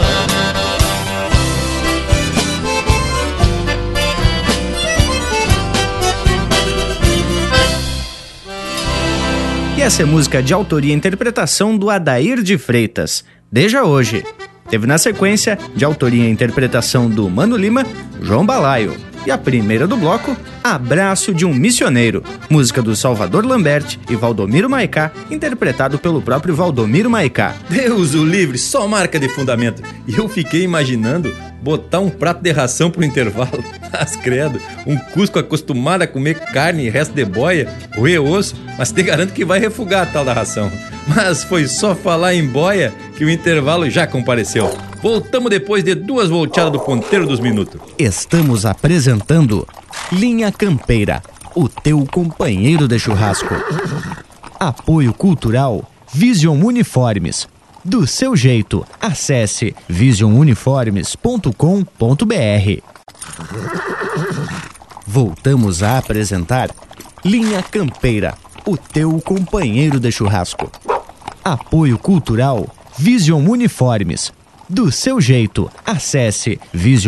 Speaker 2: E essa é música de autoria e interpretação do Adair de Freitas, Desde Hoje. Teve na sequência, de autoria e interpretação do Mano Lima, João Balaio. E a primeira do bloco, Abraço de um Missioneiro, música do Salvador Lambert e Valdomiro Maicá, interpretado pelo próprio Valdomiro Maicá.
Speaker 1: Deus o livre, só marca de fundamento. E eu fiquei imaginando botar um prato de ração pro intervalo. Mas credo, um Cusco acostumado a comer carne e resto de boia, roer osso, mas te garanto que vai refugar a tal da ração. Mas foi só falar em boia que o intervalo já compareceu. Voltamos depois de 2 volteadas do ponteiro dos minutos.
Speaker 2: Estamos apresentando Linha Campeira, o teu companheiro de churrasco. Apoio Cultural Vision Uniformes. Do seu jeito, acesse visionuniformes.com.br. Voltamos a apresentar Linha Campeira, o teu companheiro de churrasco. Apoio Cultural Vision Uniformes. Do seu jeito, acesse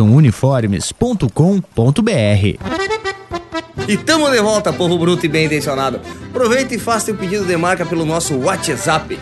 Speaker 2: visionuniformes.com.br.
Speaker 4: E tamo de volta, povo bruto e bem intencionado. Aproveita e faça o pedido de marca pelo nosso WhatsApp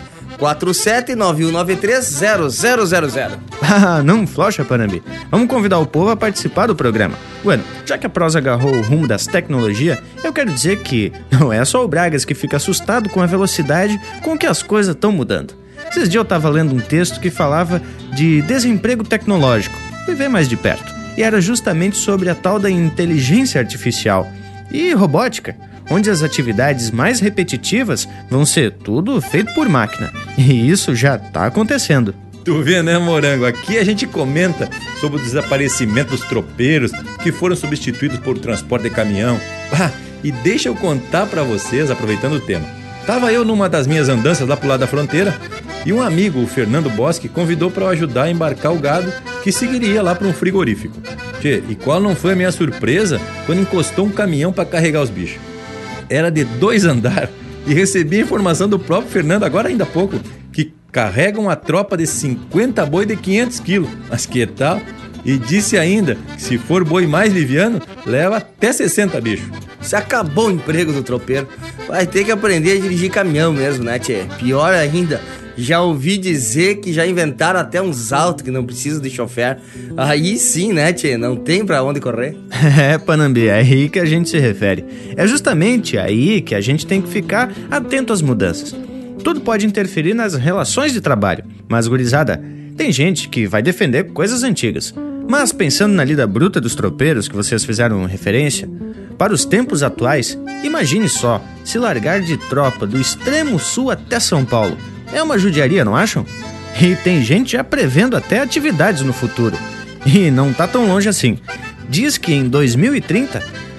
Speaker 4: 4791930000.
Speaker 2: Ah, não flocha, Panambi. Vamos convidar o povo a participar do programa. Bueno, já que a prosa agarrou o rumo das tecnologias, eu quero dizer que não é só o Bragas que fica assustado com a velocidade com que as coisas estão mudando. Esses dias eu tava lendo um texto que falava de desemprego tecnológico. Fui ver mais de perto. E era justamente sobre a tal da inteligência artificial e robótica, onde as atividades mais repetitivas vão ser tudo feito por máquina. E isso já tá acontecendo.
Speaker 1: Tu vê, né, Morango? Aqui a gente comenta sobre o desaparecimento dos tropeiros que foram substituídos por transporte de caminhão. E deixa eu contar pra vocês, aproveitando o tema. Tava eu numa das minhas andanças lá pro lado da fronteira e um amigo, o Fernando Bosque, convidou para eu ajudar a embarcar o gado que seguiria lá para um frigorífico. Tchê, e qual não foi a minha surpresa quando encostou um caminhão para carregar os bichos? Era de 2 andares e recebi a informação do próprio Fernando agora ainda há pouco, que carrega uma tropa de 50 boi de 500 quilos. Mas que tal? E disse ainda que se for boi mais liviano, leva até 60 bichos.
Speaker 4: Se acabou o emprego do tropeiro, vai ter que aprender a dirigir caminhão mesmo, né, tchê? Pior ainda, já ouvi dizer que já inventaram até uns autos que não precisam de chofer. Aí sim, né, tchê? Não tem pra onde correr.
Speaker 2: É, Panambi, é aí que a gente se refere. É justamente aí que a gente tem que ficar atento às mudanças. Tudo pode interferir nas relações de trabalho, mas, gurizada, tem gente que vai defender coisas antigas. Mas pensando na lida bruta dos tropeiros que vocês fizeram referência, para os tempos atuais, imagine só, se largar de tropa do extremo sul até São Paulo. É uma judiaria, não acham? E tem gente já prevendo até atividades no futuro. E não tá tão longe assim. Diz que em 2030,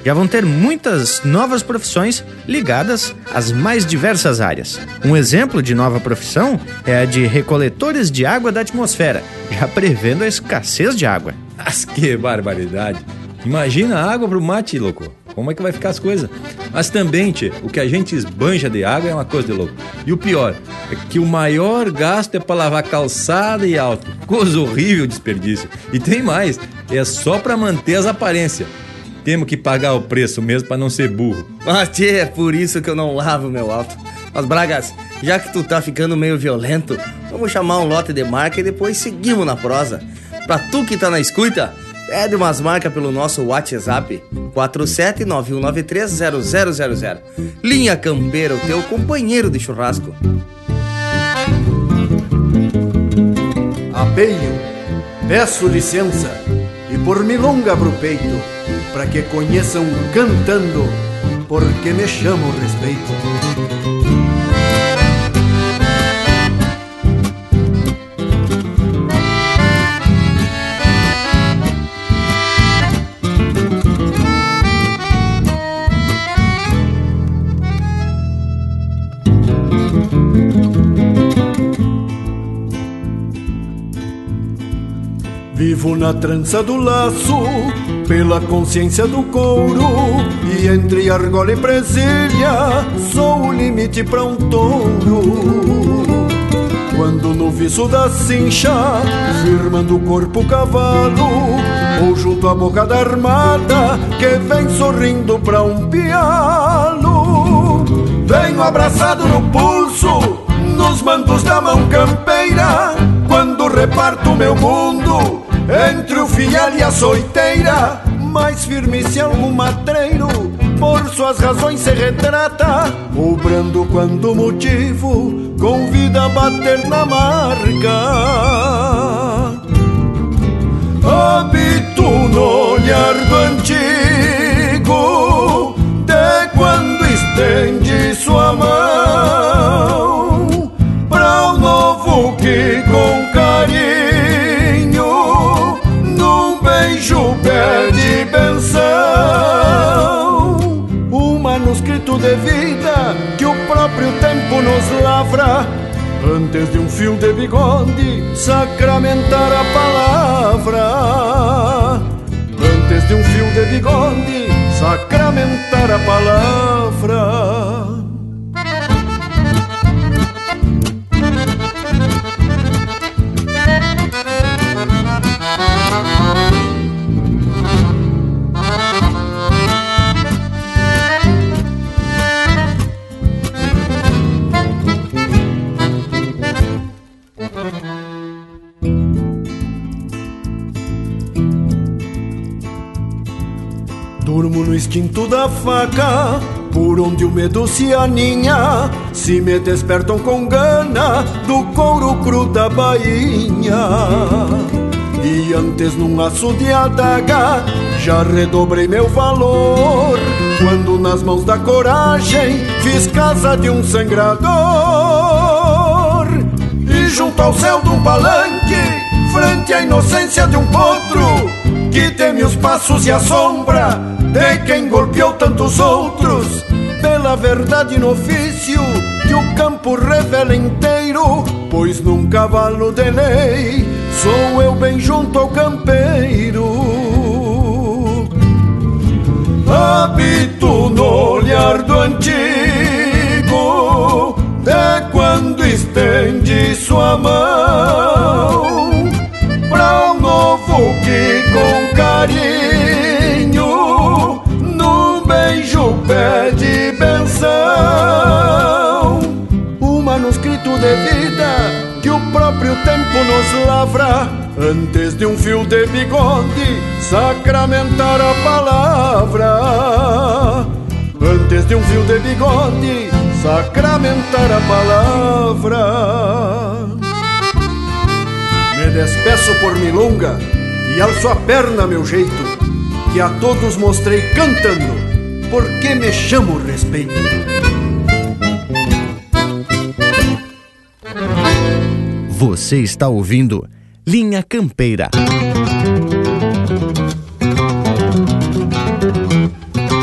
Speaker 2: já vão ter muitas novas profissões ligadas às mais diversas áreas. Um exemplo de nova profissão é a de recoletores de água da atmosfera, já prevendo a escassez de água.
Speaker 1: Mas que barbaridade! Imagina a água pro mate, louco. Como é que vai ficar as coisas? Mas também, tchê, o que a gente esbanja de água é uma coisa de louco. E o pior é que o maior gasto é pra lavar calçada e auto. Coisa horrível, desperdício. E tem mais, é só pra manter as aparências. Temos que pagar o preço mesmo pra não ser burro.
Speaker 4: Mas, tchê, é por isso que eu não lavo meu auto. Mas, Bragas, já que tu tá ficando meio violento, vamos chamar um lote de marca e depois seguimos na prosa. Pra tu que tá na escuta, pede umas marcas pelo nosso WhatsApp 4791930000. Linha Campeira, o teu companheiro de churrasco.
Speaker 14: Apeio, peço licença e por milonga abro o peito, pra que conheçam cantando, porque me chamam respeito. Vivo na trança do laço, pela consciência do couro, e entre argola e presilha, sou o limite pra um touro. Quando no viço da cincha, firmando o corpo o cavalo, ou junto à boca da armada, que vem sorrindo pra um pialo. Venho abraçado no pulso, nos mandos da mão campeira, quando reparto meu mundo entre o fiel e a soiteira. Mais firme se algum matreiro por suas razões se retrata, o brando quando o motivo convida a bater na marca. Habito no olhar do antigo, de quando estende sua mão para o novo que com carinho num beijo pede benção. Um manuscrito de vida que o próprio tempo nos lavra, antes de um fio de bigode sacramentar a palavra. Antes de um fio de bigode sacramentar a palavra. Durmo no instinto da faca, por onde o medo se aninha, se me despertam com gana do couro cru da bainha. E antes num aço de adaga já redobrei meu valor, quando nas mãos da coragem fiz casa de um sangrador. E junto ao céu de um palanque, frente à inocência de um potro, que teme os passos e a sombra de quem golpeou tantos outros, pela verdade no ofício que o campo revela inteiro, pois num cavalo de lei sou eu bem junto ao campeiro. Habito no olhar do antigo, de quando estende sua mão pra um novo que com carinho num beijo pede benção. Um manuscrito de vida que o próprio tempo nos lavra, antes de um fio de bigode sacramentar a palavra. Antes de um fio de bigode sacramentar a palavra. Me despeço por milonga e alço a perna a meu jeito, que a todos mostrei cantando, porque me chamo respeito.
Speaker 2: Você está ouvindo Linha Campeira.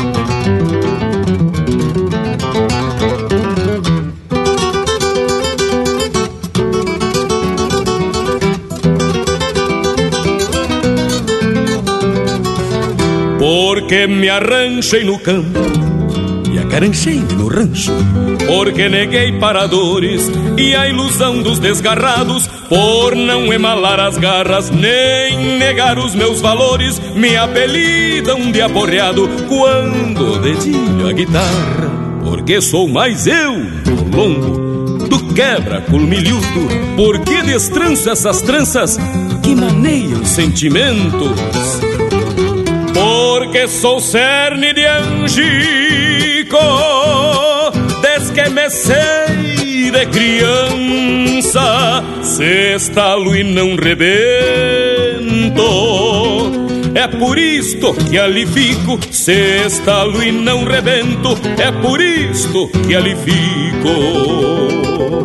Speaker 3: porque me arranchei no campo e acaranchei-me no rancho, porque neguei paradores e a ilusão dos desgarrados, por não emalar as garras nem negar os meus valores, me apelidam de aporreado quando dedilho a guitarra, porque sou mais eu no lombo do quebra colmilhudo, porque destranço essas tranças que maneiam sentimentos, porque sou cerne de angico desde que me sei de criança, se estalo e não rebento. É por isto que ali fico, se estalo e não rebento, é por isto que ali fico.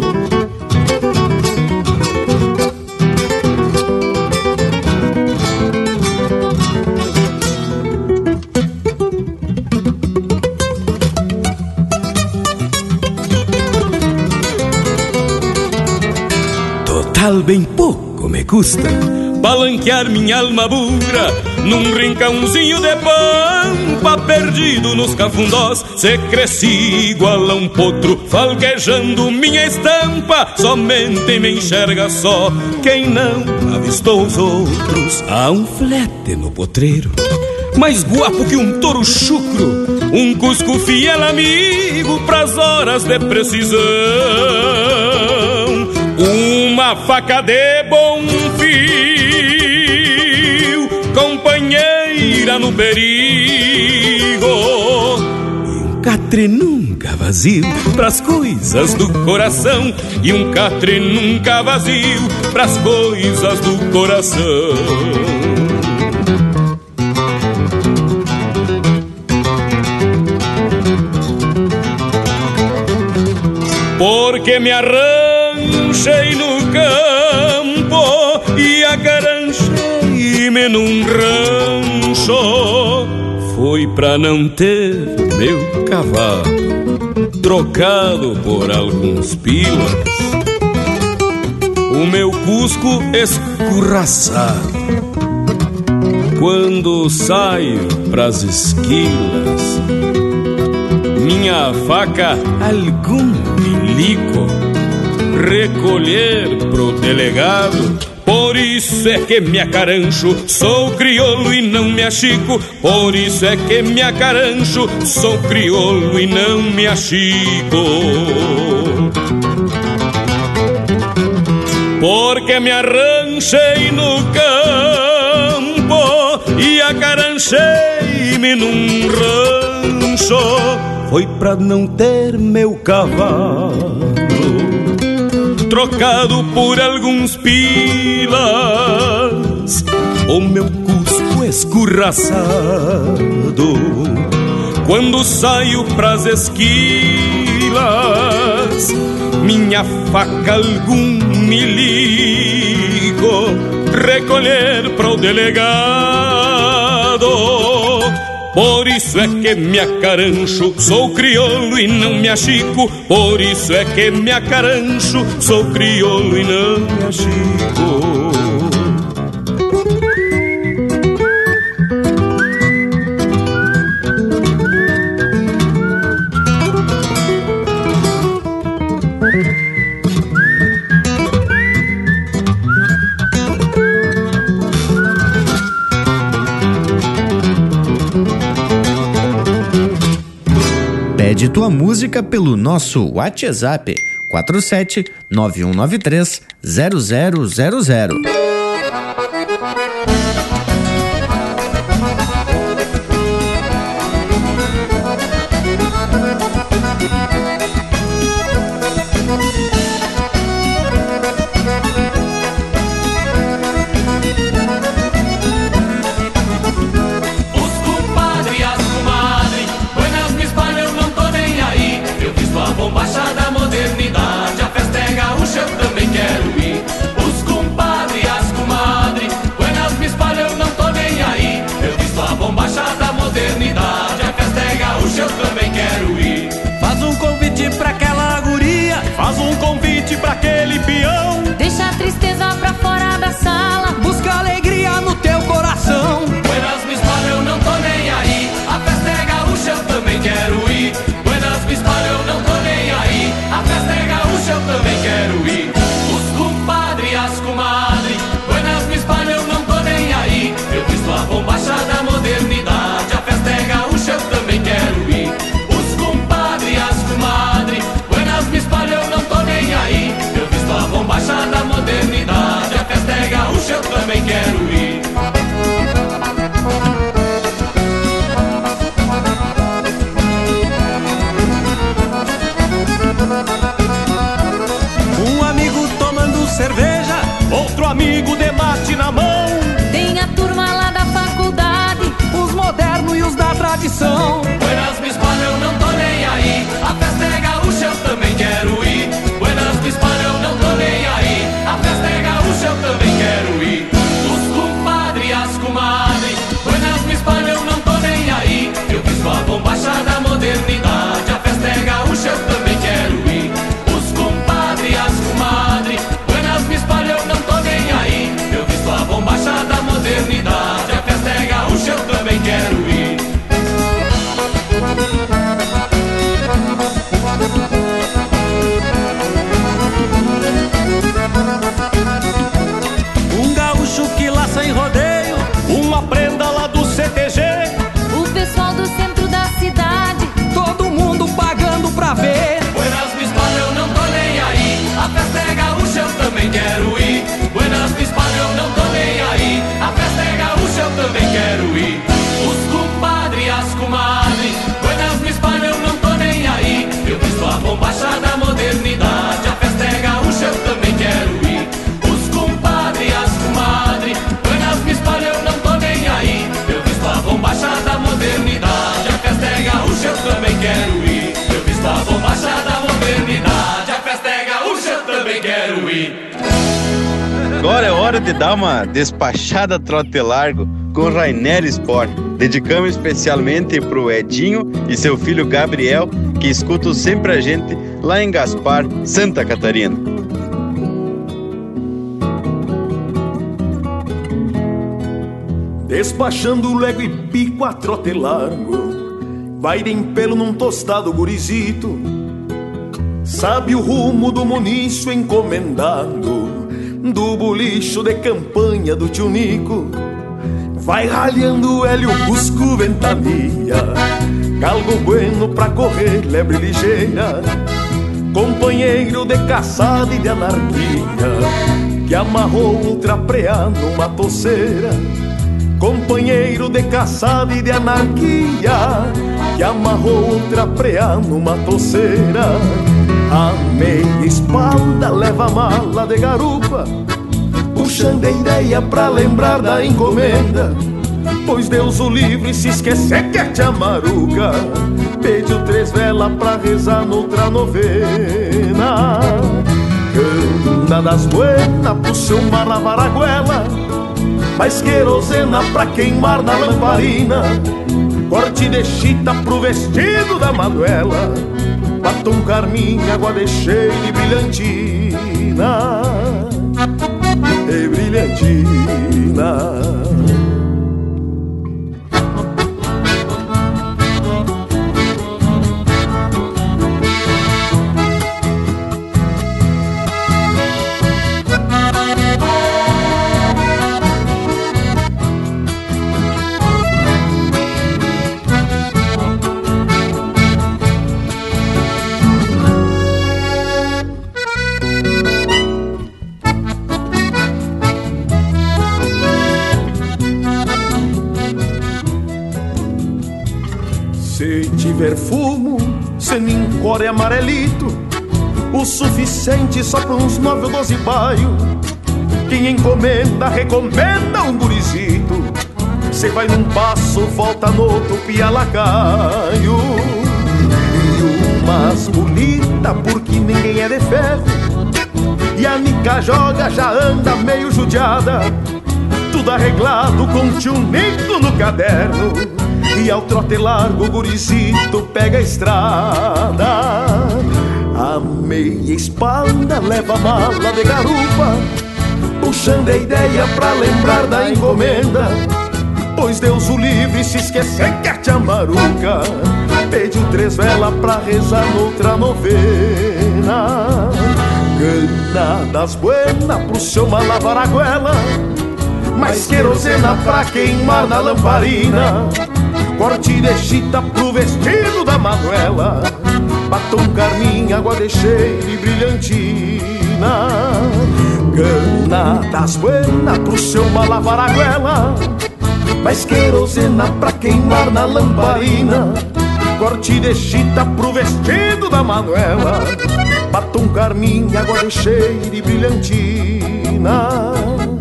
Speaker 3: Total bem pouco me custa balanquear minha alma burra num rincãozinho de pampa perdido nos cafundós. Se cresci igual a um potro falquejando minha estampa, somente me enxerga só quem não avistou os outros. Há um flete no potreiro mais guapo que um touro chucro, um cusco fiel amigo pras horas de precisão, uma faca de bom fio, companheira no perigo, e um catre nunca vazio pras coisas do coração, e um catre nunca vazio pras coisas do coração. Porque me arranchei no campo e acaranchei-me num rancho, foi pra não ter meu cavalo trocado por alguns pilas, o meu cusco escurraçado quando saio pras esquilas, minha faca algum milico recolher pro delegado. Por isso é que me acarancho, sou crioulo e não me achico. Por isso é que me acarancho, sou crioulo e não me achico. Porque me arranchei no campo e acaranchei-me num rancho, foi pra não ter meu cavalo trocado por alguns pilas, o meu cusco escurraçado quando saio pras esquilas, minha faca algum milico recolher pro delegado. Por isso é que me acarancho, sou crioulo e não me achico. Por isso é que me acarancho, sou crioulo e não me achico.
Speaker 2: Pede tua música pelo nosso WhatsApp 47 9193 0000.
Speaker 9: Eu também quero ir. Os compadres e as comadres,
Speaker 10: amigo de mate na mão.
Speaker 11: Tem a turma lá da faculdade,
Speaker 10: os modernos e os da tradição.
Speaker 9: Buenas mis pano, eu não tô nem aí. A festa é gaúcha, eu também quero ir. Buenas mis pano, eu não tô nem aí. A festa é gaúcha, eu também quero ir. Os compadre e as comadre. Buenas mis pano, eu não tô nem aí. Eu visto a bombacha da modernidade. A festa é gaúcha, eu também quero ir. Os compadre e as comadre. Buenas mis pano, eu não tô nem aí. Eu visto a bombacha da modernidade. A festa é gaúcha, eu também quero ir.
Speaker 10: Um gaúcho que laça em rodeio, uma prenda lá do CTG.
Speaker 11: o pessoal do centro da cidade,
Speaker 10: Todo mundo pagando pra ver.
Speaker 9: Buenas mis pano, eu não tô nem aí. A festa é gaúcha, eu também quero ir. Buenas mis pano, eu não tô nem aí. A festa é gaúcha, eu também quero ir. Os compadre e as comadre. Buenas mis pano, eu não tô nem aí. Eu visto a bombacha da modernidade. A festa é gaúcha, eu também quero ir. Os compadre e as comadre. Buenas mis pano, eu não tô nem aí. Eu visto a bombacha da modernidade. A festa é gaúcha, eu também quero ir. Eu visto a bombacha da modernidade. A festa é gaúcha, eu também quero ir.
Speaker 8: Agora é hora de dar uma despachada trote largo com Rainer Sport. Dedicamos especialmente pro Edinho e seu filho Gabriel, que escutam sempre a gente lá em Gaspar, Santa Catarina.
Speaker 14: Despachando lego e pico a trote largo, vai de empelo num tostado gurizito. Sabe o rumo do munício encomendado, do bolicho de campanha do tio Nico. Vai ralhando hélio, cusco, ventania, galgo bueno pra correr, lebre ligeira. Companheiro de caçada e de anarquia, que amarrou outra preá numa toceira. Companheiro de caçada e de anarquia, que amarrou outra preá numa toceira. A meia espalda leva a mala de garupa, puxando a ideia pra lembrar da encomenda. Pois Deus o livre se esquecer que é tia Maruca pediu 3 velas pra rezar noutra novena. Canta das buenas pro seu mar lavar a goela, mais querosena pra queimar na lamparina. Corte de chita pro vestido da Manuela, batom carmim, água de cheiro e brilhantina. E brilhantina. Se tiver fumo, senincore amarelito, o suficiente só pra uns 9 ou 12 baio. Quem encomenda, recomenda um gurizito. Cê vai num passo, volta no outro, pia lacaio. E umas bonita, porque ninguém é de ferro, e a nica joga já anda meio judiada. Tudo arreglado com tio Nico no caderno, e ao trote largo o gurizito pega a estrada. A meia espalda leva a mala de garupa, puxando a ideia pra lembrar da encomenda. Pois Deus o livre se esquecer que a tia Maruca pediu 3 velas pra rezar noutra novena. Gana das buenas pro seu mar lavar a goela, mais querosena pra queimar na lamparina. Corte de chita pro vestido da Manuela, batom carmim, água de cheiro e brilhantina. Gana das buenas pro seu mar lavar a goela, mais querosena pra queimar na lamparina. Corte de chita pro vestido da Manuela, batom carmim, água de cheiro e brilhantina.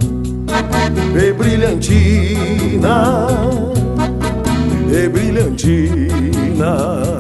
Speaker 14: e brilhantina, e brilhantina.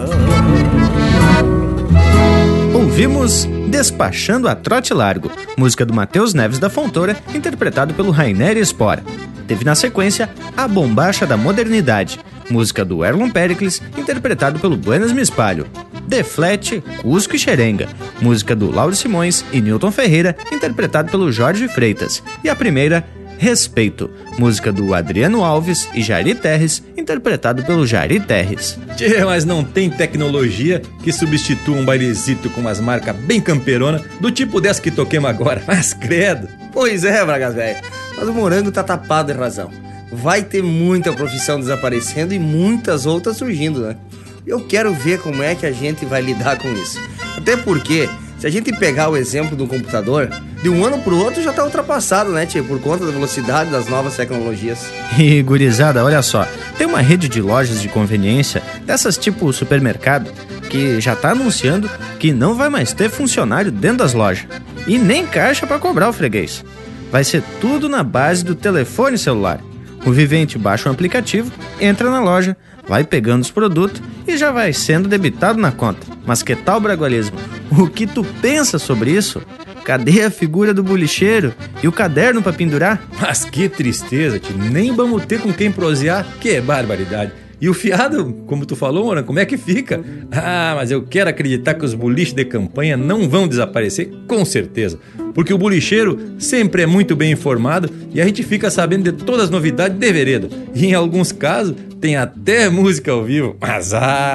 Speaker 2: Ouvimos Despachando a Trote Largo, música do Matheus Neves da Fontoura, interpretado pelo Rainer Spor. Teve na sequência A Bombacha da Modernidade, música do Erlon Pericles, interpretado pelo Buenas Me Espalho. Deflete, Cusco e Xerenga, música do Lauro Simões e Newton Ferreira, interpretado pelo Jorge Freitas. E a primeira, Respeito, música do Adriano Alves e Jari Terres, interpretado pelo Jari Terres.
Speaker 1: Tchê, mas não tem tecnologia que substitua um bailezito com umas marcas bem camperona do tipo dessa que toquemos agora, mas credo.
Speaker 4: Pois é, Bragas velho, mas o Morango tá tapado de razão. Vai ter muita profissão desaparecendo e muitas outras surgindo, né? Eu quero ver como é que a gente vai lidar com isso. Até porque, se a gente pegar o exemplo do computador, de um ano pro outro já tá ultrapassado, né, tia? Por conta da velocidade das novas tecnologias.
Speaker 2: E gurizada, olha só, tem uma rede de lojas de conveniência, dessas tipo supermercado, que já tá anunciando que não vai mais ter funcionário dentro das lojas. E nem caixa pra cobrar o freguês. Vai ser tudo na base do telefone celular. O vivente baixa um aplicativo, entra na loja, vai pegando os produtos e já vai sendo debitado na conta. Mas que tal, bragualismo? O que tu pensa sobre isso? Cadê a figura do bolicheiro e o caderno pra pendurar?
Speaker 1: Mas que tristeza, tio. Nem vamos ter com quem prosear. Que barbaridade. E o fiado, como tu falou, Morango, como é que fica? Ah, mas eu quero acreditar que os boliches de campanha não vão desaparecer, com certeza. Porque o bolicheiro sempre é muito bem informado e a gente fica sabendo de todas as novidades de vereda. E em alguns casos, tem até música ao vivo. Mas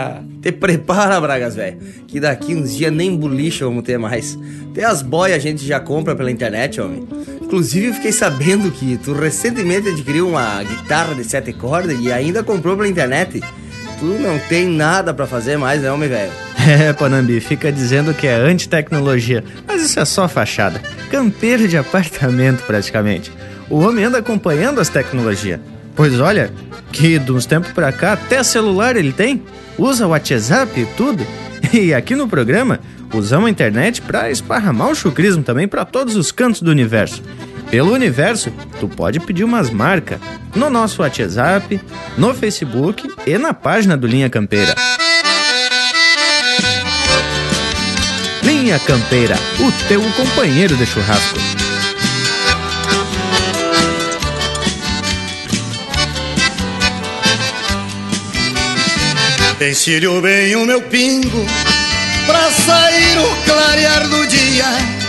Speaker 4: te prepara, Bragas, velho, que daqui uns dias nem boliche vamos ter mais. Até as boias a gente já compra pela internet, homem. Inclusive, eu fiquei sabendo que tu recentemente adquiriu uma guitarra de 7 cordas e ainda comprou pela internet. Tu não tem nada pra fazer mais, né, homem, velho?
Speaker 2: É, Panambi, fica dizendo que é anti-tecnologia, mas isso é só fachada. Campeiro de apartamento, praticamente. O homem anda acompanhando as tecnologias. Pois olha, que de uns tempos pra cá até celular ele tem. Usa o WhatsApp e tudo. E aqui no programa, usamos a internet pra esparramar o chucrismo também pra todos os cantos do universo. Pelo universo, tu pode pedir umas marcas no nosso WhatsApp, no Facebook e na página do Linha Campeira. Linha Campeira, o teu companheiro de churrasco.
Speaker 10: Encilho bem o meu pingo pra sair o clarear do dia,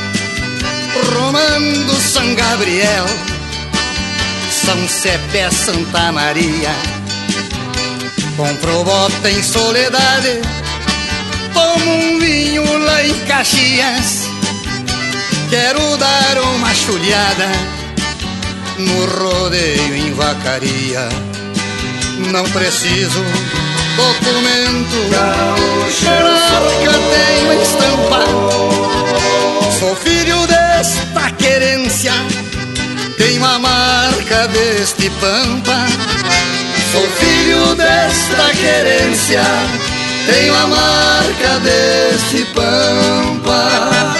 Speaker 10: romando São Gabriel, São Cepé, Santa Maria. Compro bota em Soledade, tomo um vinho lá em Caxias. Quero dar uma chulhada no rodeio em Vacaria. Não preciso documento, marca tenho estampa. Sou filho desta querência, tenho a marca deste pampa. Sou filho desta querência, tenho a marca deste pampa.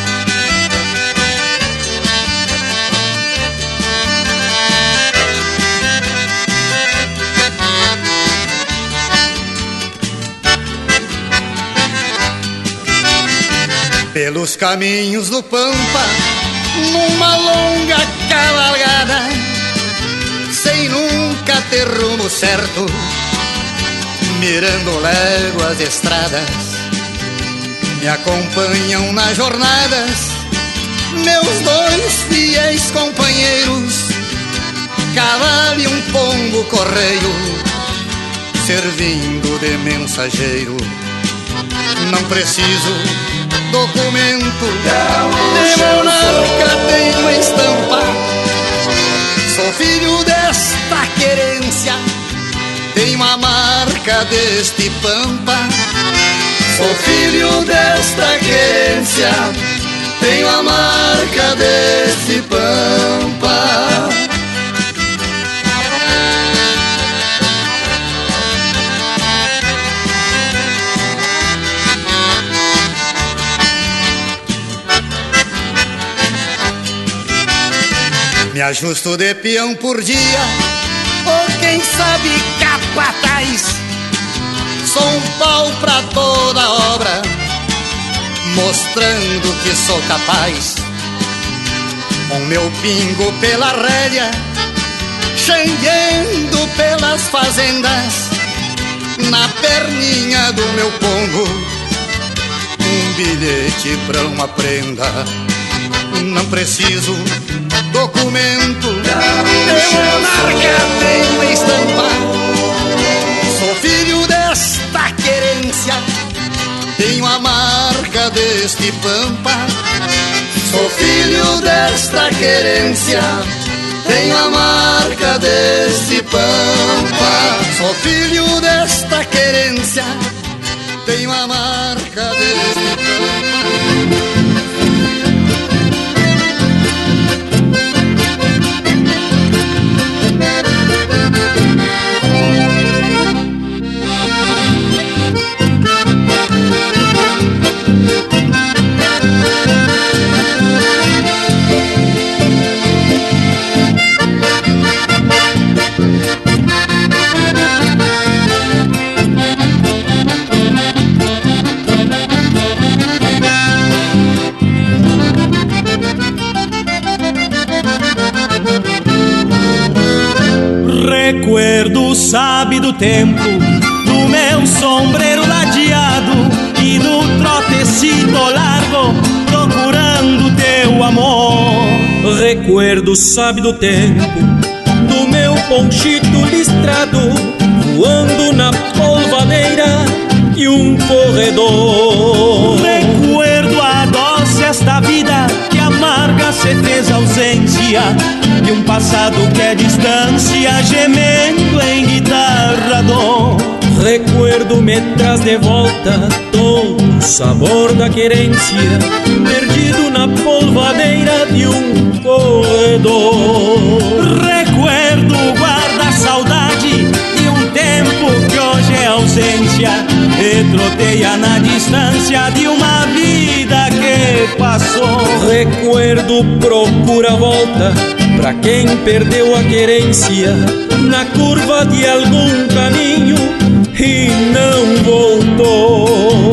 Speaker 10: Pelos caminhos do Pampa, numa longa cavalgada, sem nunca ter rumo certo, mirando léguas de estradas, me acompanham nas jornadas meus dois fiéis companheiros, cavalo e um pombo correio, servindo de mensageiro. Não preciso documento, de monarca tenho estampa. Sou filho desta querência, tenho a marca deste pampa. Sou filho desta querência, tenho a marca deste pampa.
Speaker 15: Me ajusto de peão por dia, ou quem sabe capataz. Sou um pau pra toda obra, mostrando que sou capaz. Com meu pingo pela rédea, xangueando pelas fazendas, na perninha do meu pombo, um bilhete pra uma prenda. Não preciso documento, eu marca tenho estampa. Sou filho desta querência, tenho a marca deste pampa. Sou filho desta querência, tenho a marca deste pampa. Sou filho desta querência, tenho a marca deste pampa.
Speaker 5: Recuerdo sabe do tempo, do meu sombreiro ladeado e do trotecito largo, procurando teu amor.
Speaker 3: Recuerdo sabe do tempo, do meu ponchito listrado, voando na polvadeira e um corredor.
Speaker 5: Recuerdo a doce esta vida que amarga se fez ausência, de um passado que é distância, gemendo em guitarra dor.
Speaker 3: Recuerdo me traz de volta todo o sabor da querência, perdido na polvadeira de um corredor.
Speaker 5: Recuerdo guarda a saudade de um tempo que hoje é ausência, e troteia na distância de uma vida que passou.
Speaker 3: Recuerdo procura a volta pra quem perdeu a querência, na curva de algum caminho e não voltou.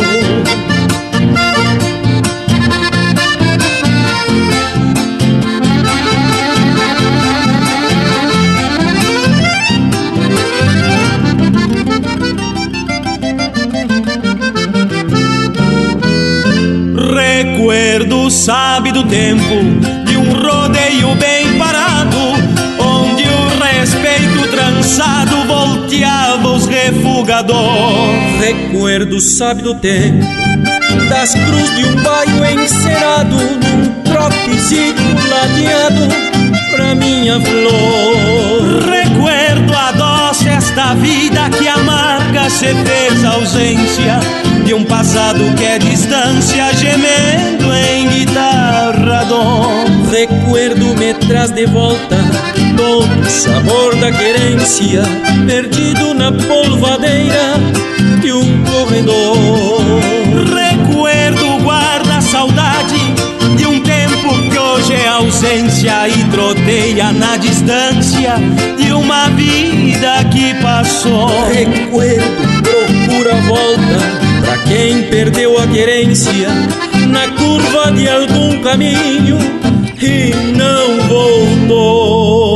Speaker 5: Recuerdo sabe do tempo de um rodeio bem parado, onde o respeito trançado volteava os refugador.
Speaker 3: Recuerdo sabe do tempo das cruz de um baio encerado, num trotecito ladeado pra minha flor.
Speaker 5: Recuerdo a doce esta vida que amarga se fez ausência, de um passado que é distância, gemendo em guitarra dor.
Speaker 3: Recuerdo me traz de volta todo o sabor da querência, perdido na polvadeira de um corredor.
Speaker 5: Recuerdo guarda a saudade de um tempo que hoje é ausência, e troteia na distância de uma vida que passou.
Speaker 3: Recuerdo procura a volta pra quem perdeu a querência, na curva de algum caminho e não voltou.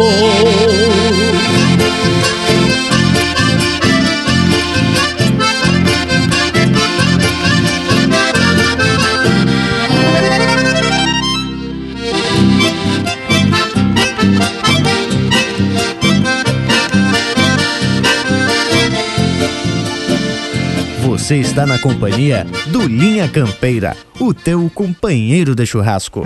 Speaker 2: Você está na companhia do Linha Campeira, o teu companheiro de churrasco.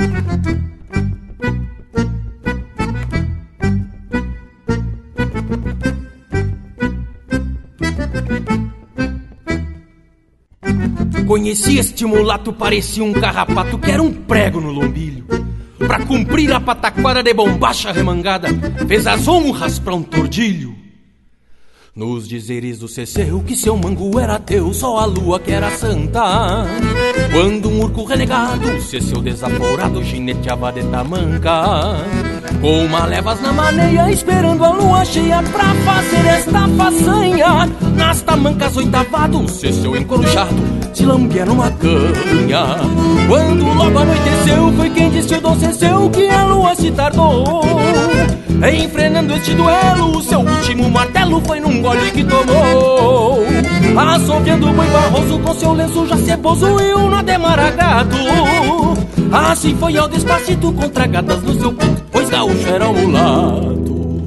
Speaker 16: Conheci este mulato, parecia um carrapato que era um prego no lombilho. Pra cumprir a pataquada de bombacha remangada, fez as honras pra um tordilho. Nos dizeres do Ceceu que seu mango era teu, só a lua que era santa. Quando um urco renegado, Ceceu desaforado, gineteava de tamanca. Com malevas na maneia, esperando a lua cheia pra fazer esta façanha. Nas tamancas oitavado, Ceceu encorujado, se lambia numa canha. Quando logo anoiteceu, foi quem disse o Dom Ceceu que a lua se tardou. Enfrenando este duelo, o seu último martelo foi num gole que tomou. Assoviando o boi barroso com seu lenço já ceboso e um nó demaragado. Assim foi ao despacito com tragadas no seu peito, pois gaúcho era um mulato.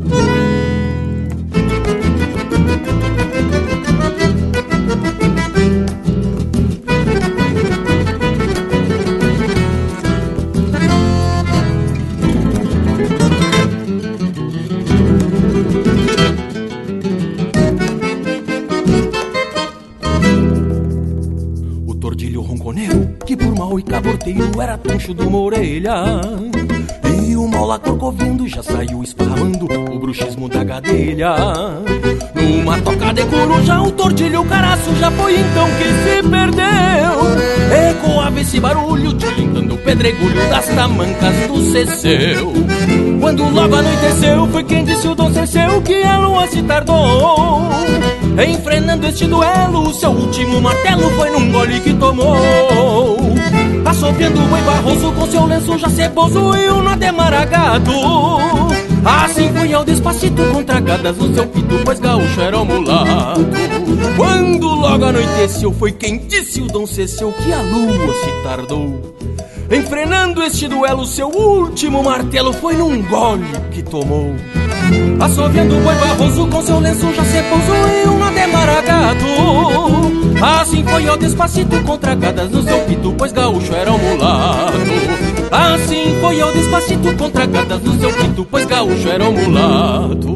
Speaker 16: Que por mal e caborteiro era toncho de uma orelha. E o mal lá corcovindo já saiu esparramando o bruxismo da gadelha. Numa toca de coruja o tordilho o caraço já foi então que se perdeu. Ecoava esse barulho tilintando o pedregulho das tamancas do Ceceu. Quando logo anoiteceu foi quem disse o Dom Ceceu que a lua se tardou. Enfrenando este duelo, o seu último martelo foi num gole que tomou. Assoviando o boi barroso com seu lenço já ceboso e um nó demaragado. Assim foi ao despacito com tragadas no seu pito, pois gaúcho era um mulato. Quando logo anoiteceu foi quem disse o Dom Ceceu que a lua se tardou. Enfrenando este duelo, seu último martelo foi num gole que tomou. Assoviando o boi barroso com seu lenço já ceboso e um nó demaragado. Assim foi ao despacito com tragadas no seu pito, pois gaúcho era um mulato. Assim foi ao despacito com tragadas no seu pito, pois gaúcho era um mulato.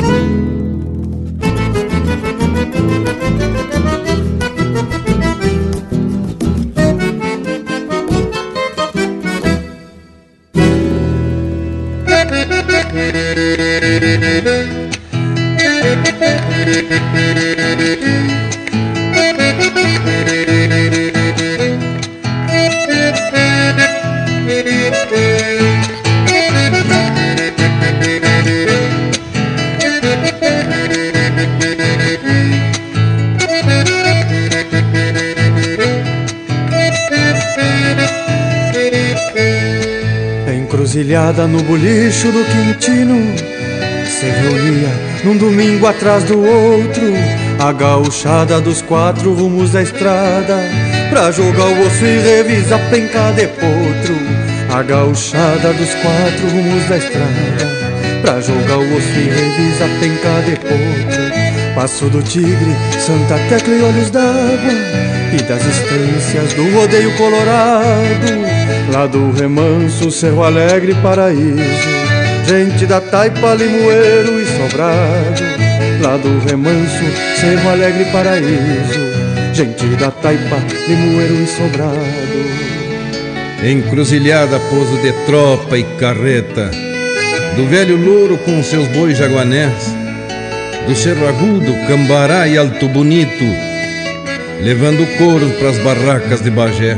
Speaker 14: Encruzilhada no bolicho do Quintino, se reunia num domingo atrás do outro, a gauchada dos quatro rumos da estrada, pra jogar o osso e revisar penca de potro. A gauchada dos quatro rumos da estrada, pra jogar o osso e revisar penca de potro. Passo do Tigre, Santa Tecla e Olhos d'Água, e das estâncias do rodeio colorado, lá do Remanso, Cerro Alegre, Paraíso, gente da Taipa, Limoeiro e Sobrado. Lá do Remanso, Cerro Alegre, Paraíso, gente da Taipa, Limoeiro e Sobrado.
Speaker 17: Encruzilhada, pouso de tropa e carreta, do velho louro com seus bois jaguanés, do Cerro Agudo, Cambará e Alto Bonito, levando couro pras barracas de Bagé.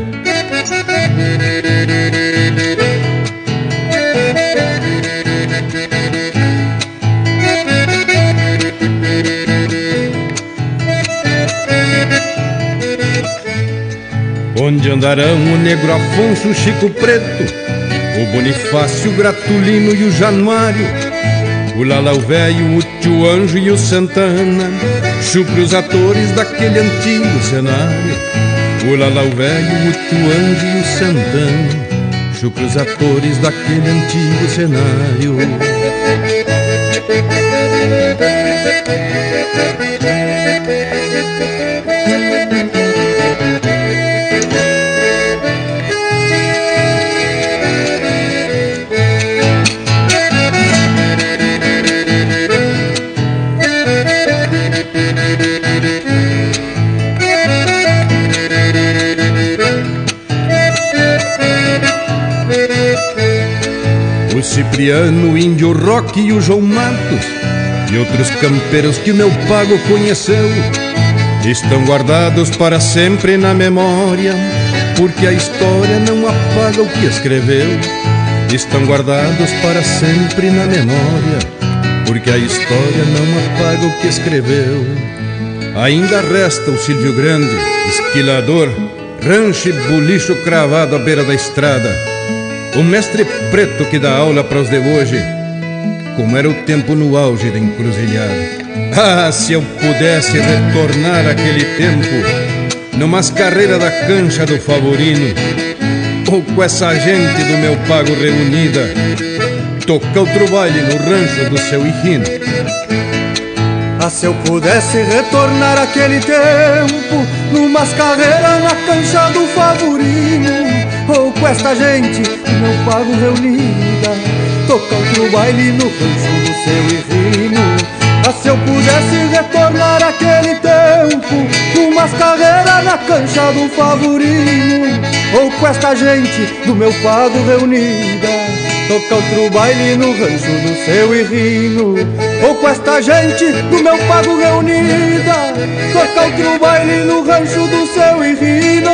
Speaker 17: Onde andarão o Negro Afonso, o Chico Preto, o Bonifácio, o Gratulino e o Januário, o Lalau Velho, o Tio Anjo e o Santana, chupre os atores daquele antigo cenário. O Lalau Velho, o Tio Anjo e o Santana, chupre os atores daquele antigo cenário. O Cipriano, o Índio Roque e o João Matos, e outros campeiros que o meu pago conheceu estão guardados para sempre na memória, porque a história não apaga o que escreveu. Estão guardados para sempre na memória, porque a história não apaga o que escreveu. Ainda resta o Silvio Grande, esquilador, rancho e bulicho cravado à beira da estrada, o mestre preto que dá aula para os de hoje, como era o tempo no auge da encruzilhada. Ah, se eu pudesse retornar àquele tempo, numas carreiras da cancha do Favorino, ou com essa gente do meu pago reunida, tocar outro baile no rancho do seu Irrino.
Speaker 14: Ah, se eu pudesse retornar àquele tempo, numas carreiras na cancha do Favorino, ou com esta gente do meu pago reunida, tocar outro baile no rancho do seu Irrino. Ah, se eu pudesse retornar àquele tempo, numas carreiras na cancha do Favorino, ou com esta gente do meu pago reunida, tocar outro baile no rancho do seu Irrino. Ou com esta gente do meu pago reunida, tocar outro baile no rancho do seu Irrino.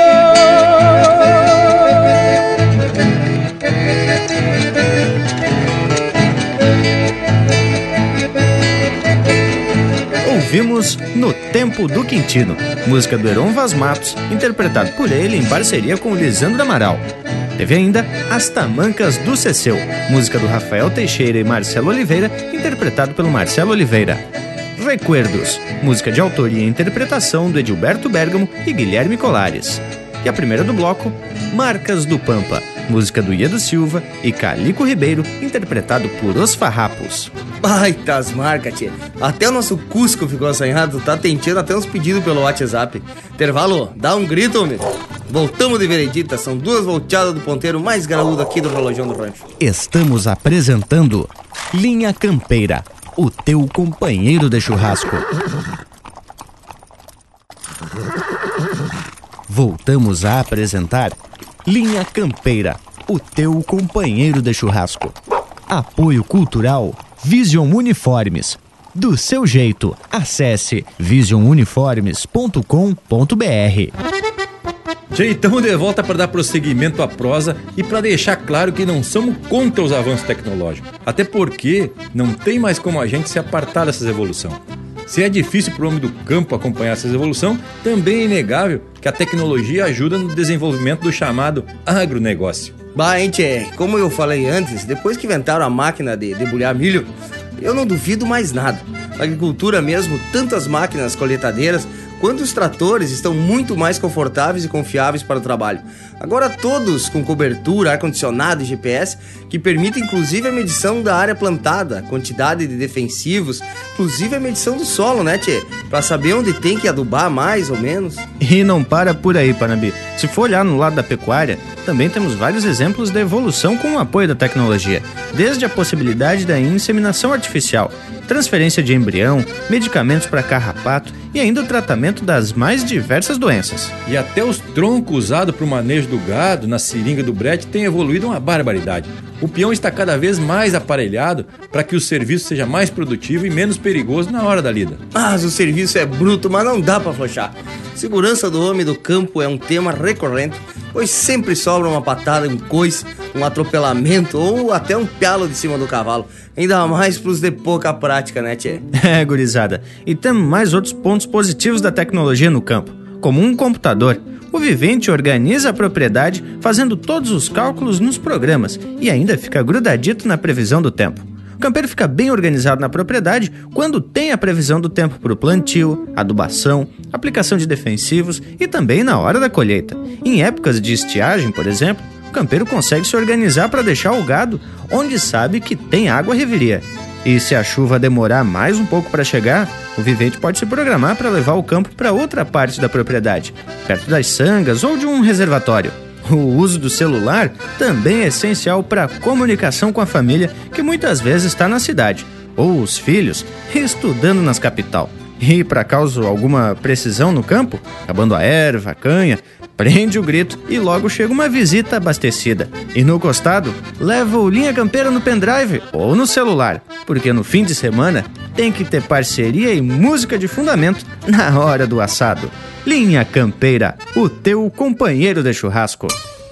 Speaker 2: Ouvimos No Tempo do Quintino, música do Heron Vaz Matos, interpretado por ele em parceria com o Lisandro Amaral. Teve ainda As Tamancas do Ceceu, música do Rafael Teixeira e Marcelo Oliveira, interpretado pelo Marcelo Oliveira. Recuerdos, música de autoria e interpretação do Edilberto Bergamo e Guilherme Colares. E a primeira do bloco, Marcas do Pampa, música do Iedo Silva e Calico Ribeiro, interpretado por Os Farrapos.
Speaker 4: Baitas marcas, tchê. Até o nosso Cusco ficou assanhado, tá tentando até uns pedidos pelo WhatsApp. Intervalo, dá um grito, homem. Voltamos de veredita, são 2 volteadas do ponteiro mais graúdo aqui do relojão do rancho.
Speaker 2: Estamos apresentando Linha Campeira, o teu companheiro de churrasco. Voltamos a apresentar Linha Campeira, o teu companheiro de churrasco. Apoio Cultural Vision Uniformes. Do seu jeito, acesse visionuniformes.com.br.
Speaker 1: Estamos de volta para dar prosseguimento à prosa e para deixar claro que não somos contra os avanços tecnológicos. Até porque não tem mais como a gente se apartar dessas evoluções. Se é difícil para o homem do campo acompanhar essa evolução, também é inegável que a tecnologia ajuda no desenvolvimento do chamado agronegócio.
Speaker 4: Bah, hein, tchê, como eu falei antes, depois que inventaram a máquina de debulhar milho, eu não duvido mais nada. Na agricultura mesmo, tanto as máquinas coletadeiras quanto os tratores estão muito mais confortáveis e confiáveis para o trabalho. Agora todos com cobertura, ar-condicionado e GPS, que permitem inclusive a medição da área plantada, a quantidade de defensivos, inclusive a medição do solo, né, tchê? Para saber onde tem que adubar mais ou menos.
Speaker 2: E não para por aí, Panambi. Se for olhar no lado da pecuária, também temos vários exemplos de evolução com o apoio da tecnologia, desde a possibilidade da inseminação artificial, transferência de embrião, medicamentos para carrapato e ainda o tratamento das mais diversas doenças.
Speaker 1: E até os troncos usados para o manejo do gado na seringa do brete têm evoluído uma barbaridade. O peão está cada vez mais aparelhado para que o serviço seja mais produtivo e menos perigoso na hora da lida.
Speaker 4: Mas o serviço é bruto, mas não dá para afrouxar. Segurança do homem do campo é um tema recorrente, pois sempre sobra uma patada, um coice, um atropelamento ou até um pialo de cima do cavalo. Ainda mais pros de pouca prática, né, tchê?
Speaker 2: É, gurizada. E temos mais outros pontos positivos da tecnologia no campo, como um computador. O vivente organiza a propriedade fazendo todos os cálculos nos programas e ainda fica grudadito na previsão do tempo. O campeiro fica bem organizado na propriedade quando tem a previsão do tempo para o plantio, adubação, aplicação de defensivos e também na hora da colheita. Em épocas de estiagem, por exemplo, o campeiro consegue se organizar para deixar o gado onde sabe que tem água reviria. E se a chuva demorar mais um pouco para chegar, o vivente pode se programar para levar o campo para outra parte da propriedade, perto das sangas ou de um reservatório. O uso do celular também é essencial para a comunicação com a família, que muitas vezes está na cidade, ou os filhos estudando nas capital. E para causar alguma precisão no campo, acabando a erva, a canha, prende o grito e logo chega uma visita abastecida. E no costado, leva o Linha Campeira no pendrive ou no celular, porque no fim de semana tem que ter parceria e música de fundamento na hora do assado. Linha Campeira, o teu companheiro de churrasco.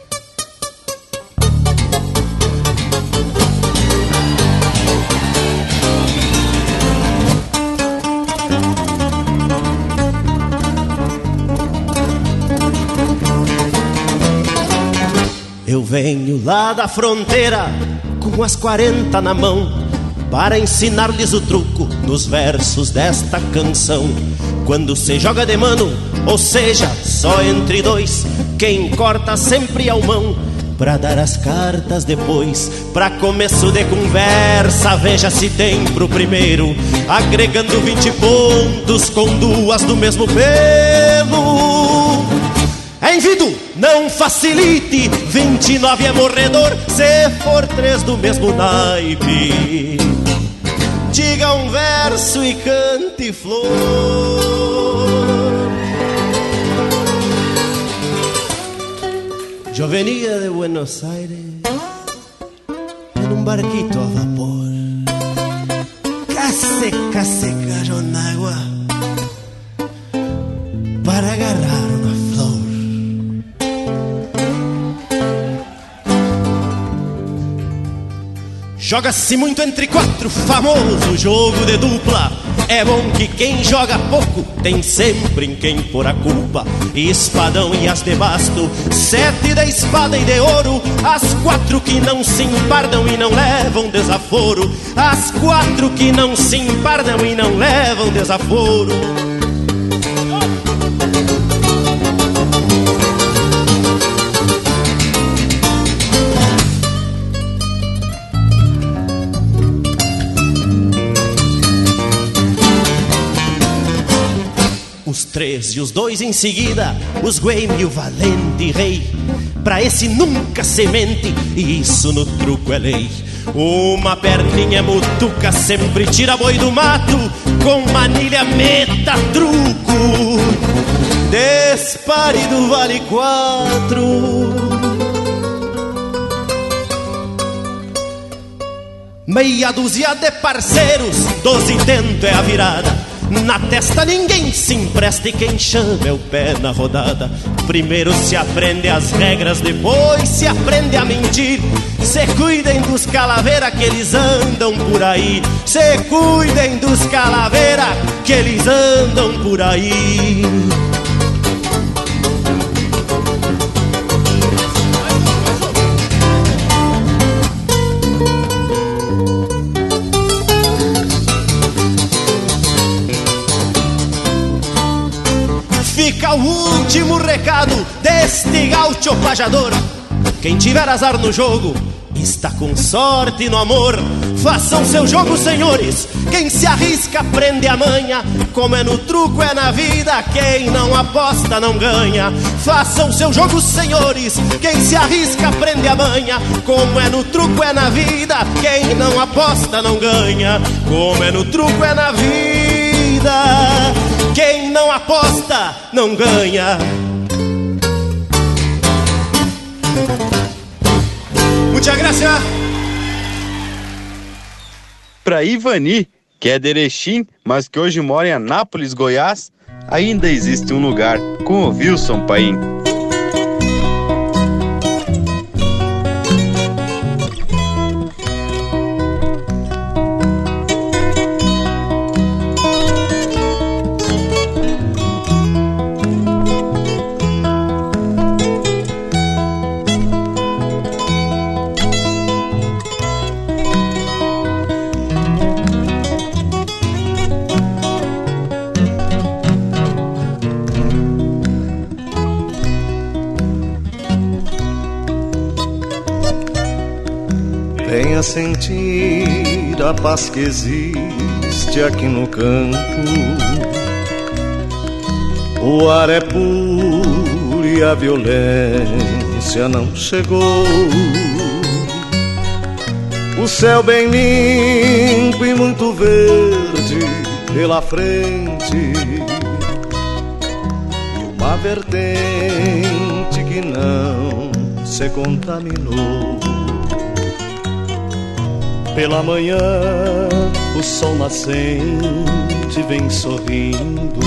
Speaker 10: Eu venho lá da fronteira com as 40 na mão para ensinar-lhes o truco nos versos desta canção. Quando se joga de mano, ou seja, só entre dois, quem corta sempre é o mão pra dar as cartas depois. Pra começo de conversa, veja se tem pro primeiro, agregando 20 pontos com duas do mesmo pelo. Envido, não facilite, 29 é morredor, se for 3 do mesmo naipe. Diga um verso e cante flor. Eu venia de Buenos Aires en un barquito a vapor. Casi cayeron agua para agarrar una flor. Joga-se muito entre quatro, famoso jogo de dupla. É bom que quem joga pouco tem sempre em quem pôr a culpa. Espadão e as de basto, 7 de espada e de ouro, as 4 que não se empardam e não levam desaforo. As 4 que não se empardam e não levam desaforo. Os 3 e os 2 em seguida, os Gueme e o valente rei. Pra esse nunca semente, e isso no truco é lei. Uma perninha mutuca sempre tira boi do mato, com manilha meta truco. Despare do vale 4. Meia dúzia de parceiros, 12 tento é a virada. Na testa ninguém se empresta e quem chama é o pé na rodada. Primeiro se aprende as regras, depois se aprende a mentir. Se cuidem dos calaveira que eles andam por aí. Se cuidem dos calaveira que eles andam por aí. Fica o último recado deste gaúcho pajador. Quem tiver azar no jogo está com sorte no amor. Façam seu jogo, senhores. Quem se arrisca prende a manha. Como é no truco é na vida, quem não aposta não ganha. Façam seu jogo, senhores. Quem se arrisca prende a manha. Como é no truco é na vida, quem não aposta não ganha. Como é no truco é na vida, quem não aposta não ganha. Muita graça.
Speaker 8: Pra Ivani, que é de Erechim, mas que hoje mora em Anápolis, Goiás, ainda existe um lugar com o Wilson Paim.
Speaker 14: Venha sentir a paz que existe aqui no campo. O ar é puro e a violência não chegou. O céu bem limpo e muito verde pela frente, e uma vertente que não se contaminou. Pela manhã
Speaker 10: o sol nascente vem sorrindo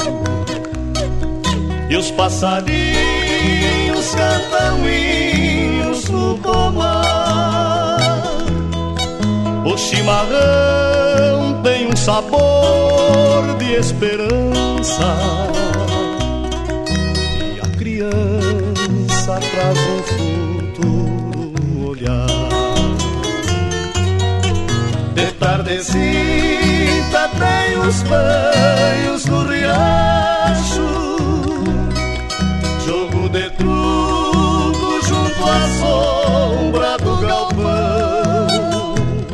Speaker 10: e os passarinhos cantam hinos no pomar. O chimarrão tem um sabor de esperança e a criança traz um futuro no olhar. De tardecita tem os banhos no riacho, jogo de truco junto à sombra do galpão.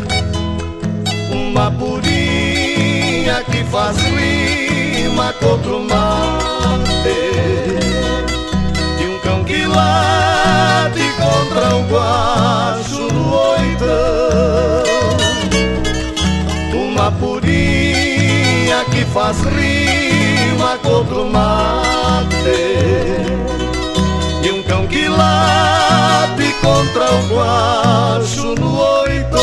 Speaker 10: Uma purinha que faz rima contra o mate e um cão que late contra o guacho no oitão. Uma purinha que faz rima contra o mate e um cão que late contra o guacho no oitão.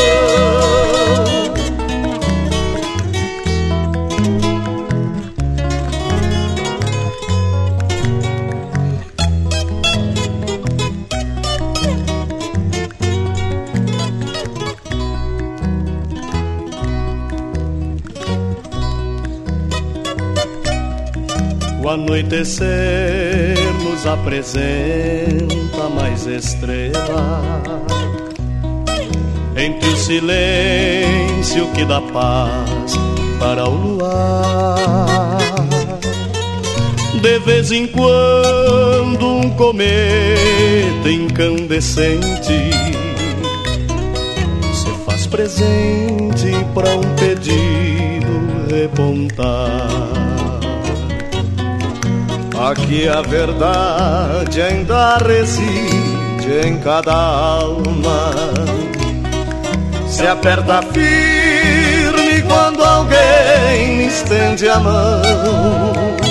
Speaker 10: O anoitecer nos apresenta mais estrela entre o silêncio que dá paz para o luar. De vez em quando um cometa incandescente se faz presente para um pedido repontar. Aqui a verdade ainda reside em cada alma, se aperta firme quando alguém estende a mão,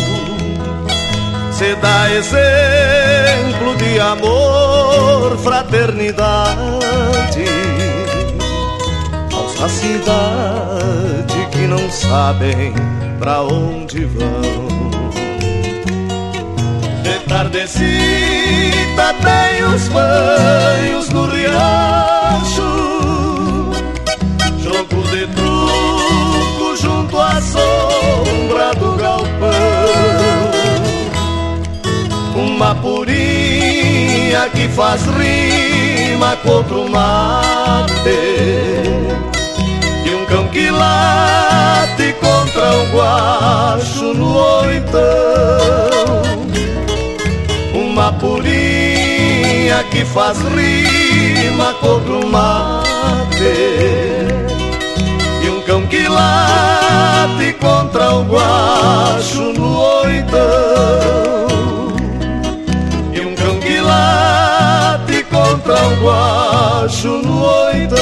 Speaker 10: se dá exemplo de amor, fraternidade aos da cidade que não sabem pra onde vão. De tardecita tem os banhos no riacho, jogo de truco junto à sombra do galpão. Uma purinha que faz rima contra o mate e um cão que late contra o guacho no oitão. Uma purinha que faz rima contra o mate e um cão que late contra o guacho no oitão. E um cão que late contra o guacho no oitão.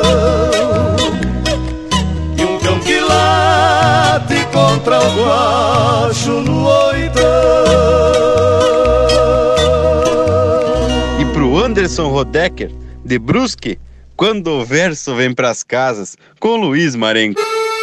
Speaker 10: E um cão que late contra o guacho no oitão.
Speaker 8: Anderson Rodecker, de Brusque, Quando o Verso Vem Pras Casas, com Luiz Marenco.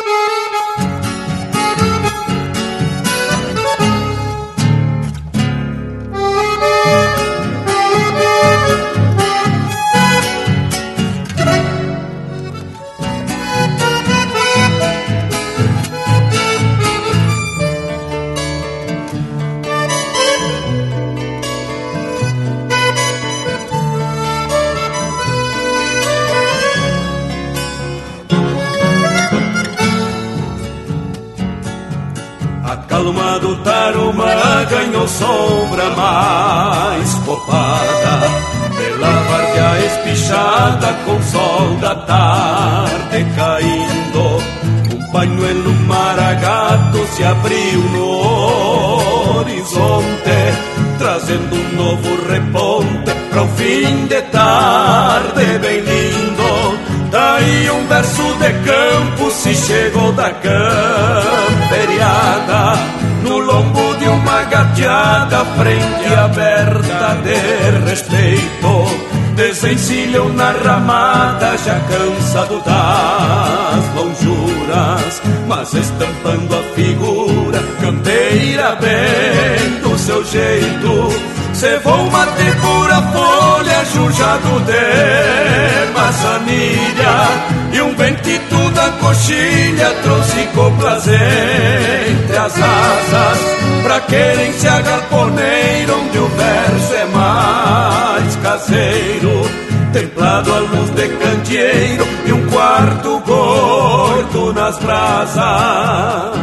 Speaker 12: Calma do tarumã ganhou sombra mais copada pela várzea espichada com sol da tarde caindo. Um pañuelo maragato se abriu no horizonte, trazendo um novo reponte para o fim de tarde bem lindo. Daí um verso de campo se chegou da camperiada, no lombo de uma gateada, frente aberta de respeito.
Speaker 16: desencilham na ramada, já cansado das lonjuras, mas estampando a figura campeira bem do seu jeito. Cevou mate pura folha, jujado de maçanilha, e um ventito da coxilha trouxe coplas entre as asas, pra querência galponeira, onde o verso é mais caseiro, templado à luz de candeeiro e um quarto gordo nas brasas.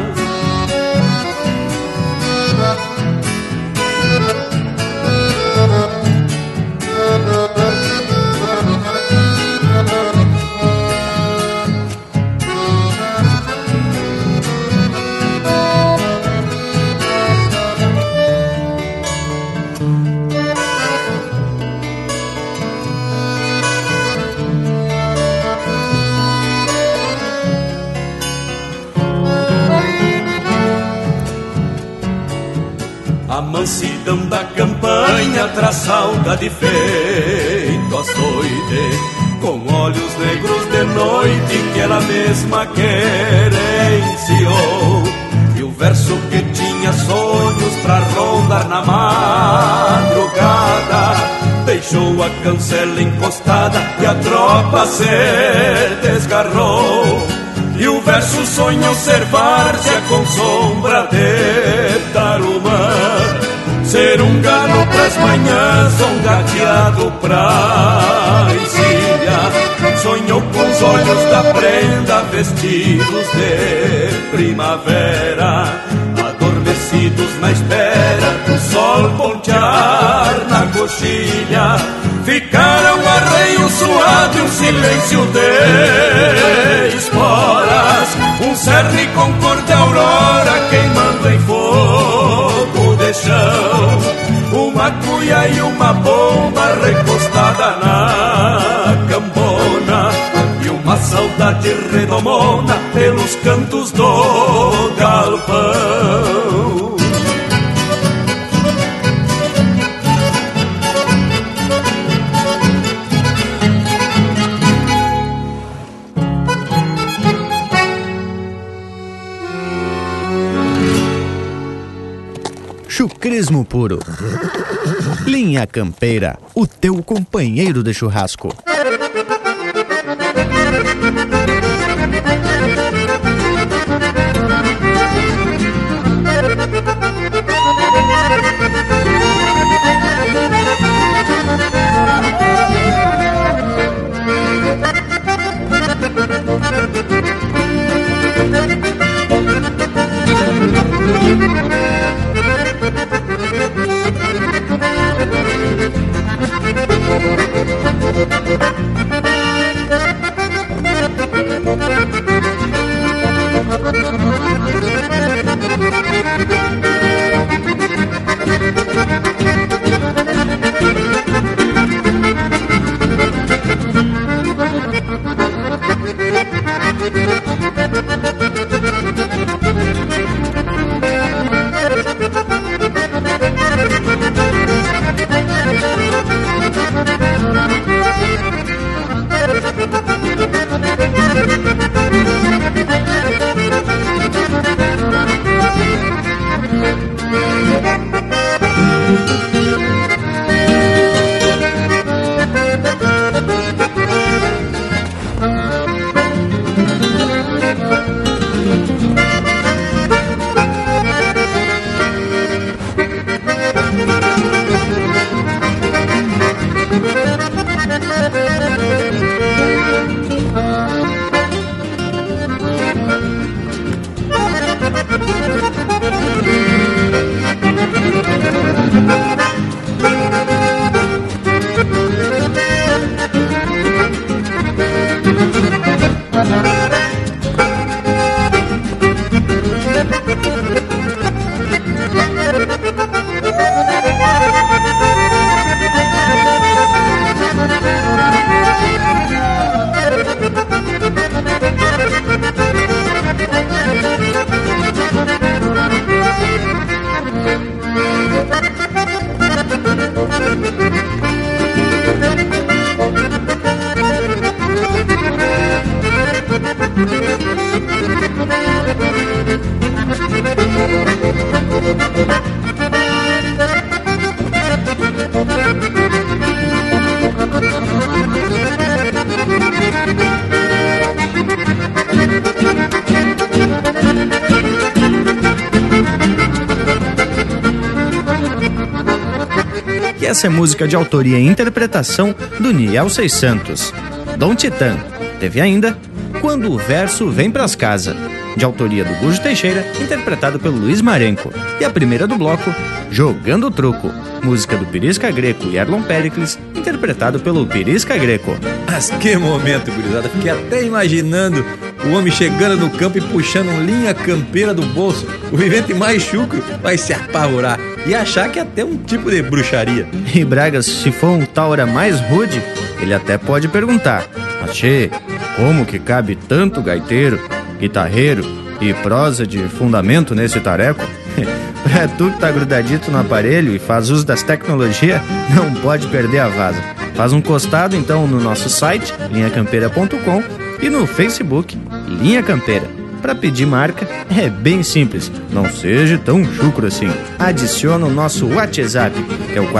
Speaker 16: A mansidão da campanha traz saudade feito açoite, com olhos negros de noite que ela mesma querenciou. E o verso que tinha sonhos pra rondar na madrugada deixou a cancela encostada e a tropa se desgarrou. E o verso sonhou ser várzea com sombra de tarumã, ser um galo pras manhãs, um gateado pra encilha. Sonhou com os olhos da prenda vestidos de primavera, adormecidos na espera do sol pontear na coxilha. Ficaram arreio suado e um silêncio de esporas, um cerne com cor de aurora queimando em fogo de chão, uma cuia e uma bomba recostada na cambona, e uma saudade redomona pelos cantos do galpão.
Speaker 2: Chucrismo puro. Linha Campeira, o teu companheiro de churrasco. E essa é música de autoria e interpretação do Niel 600. Dom Titã. Teve ainda Quando o Verso Vem Pras Casa, de autoria do Gujo Teixeira, interpretado pelo Luiz Marenco. E a primeira do bloco, Jogando Truco, música do Pirisca Greco e Erlon Pericles, interpretado pelo Pirisca Greco.
Speaker 1: Mas que momento, gurizada. Fiquei até imaginando o homem chegando no campo e puxando linha campeira do bolso. O vivente mais chucro vai se apavorar e achar que é até um tipo de bruxaria.
Speaker 2: E Bragas, se for um taura mais rude, ele até pode perguntar: Achê, como que cabe tanto gaiteiro, guitarreiro e prosa de fundamento nesse tareco? Pra tu que tá grudadito no aparelho e faz uso das tecnologias, não pode perder a vaza. Faz um costado então no nosso site, linhacampeira.com, e no Facebook, Linha Campeira. Para pedir marca é bem simples, não seja tão chucro assim. Adiciona o nosso WhatsApp, que é o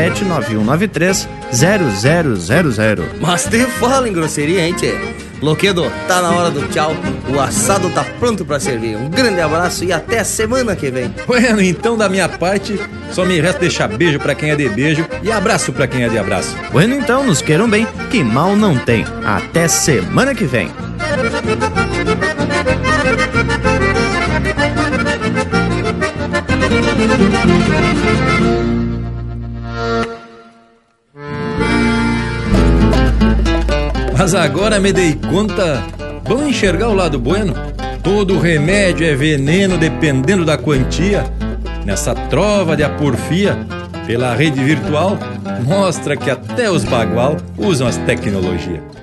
Speaker 2: 4791930000.
Speaker 4: Mas te fala em grosseria, hein, tchê? Loquedo, tá na hora do tchau. O assado tá pronto pra servir. Um grande abraço e até semana que vem.
Speaker 1: Bueno, então da minha parte, só me resta deixar beijo pra quem é de beijo e abraço pra quem é de abraço.
Speaker 2: Bueno, então, nos queiram bem, que mal não tem. Até semana que vem.
Speaker 1: Mas agora me dei conta, vamos enxergar o lado bueno? Todo remédio é veneno dependendo da quantia. Nessa trova de aporfia, pela rede virtual, mostra que até os bagual usam as tecnologias.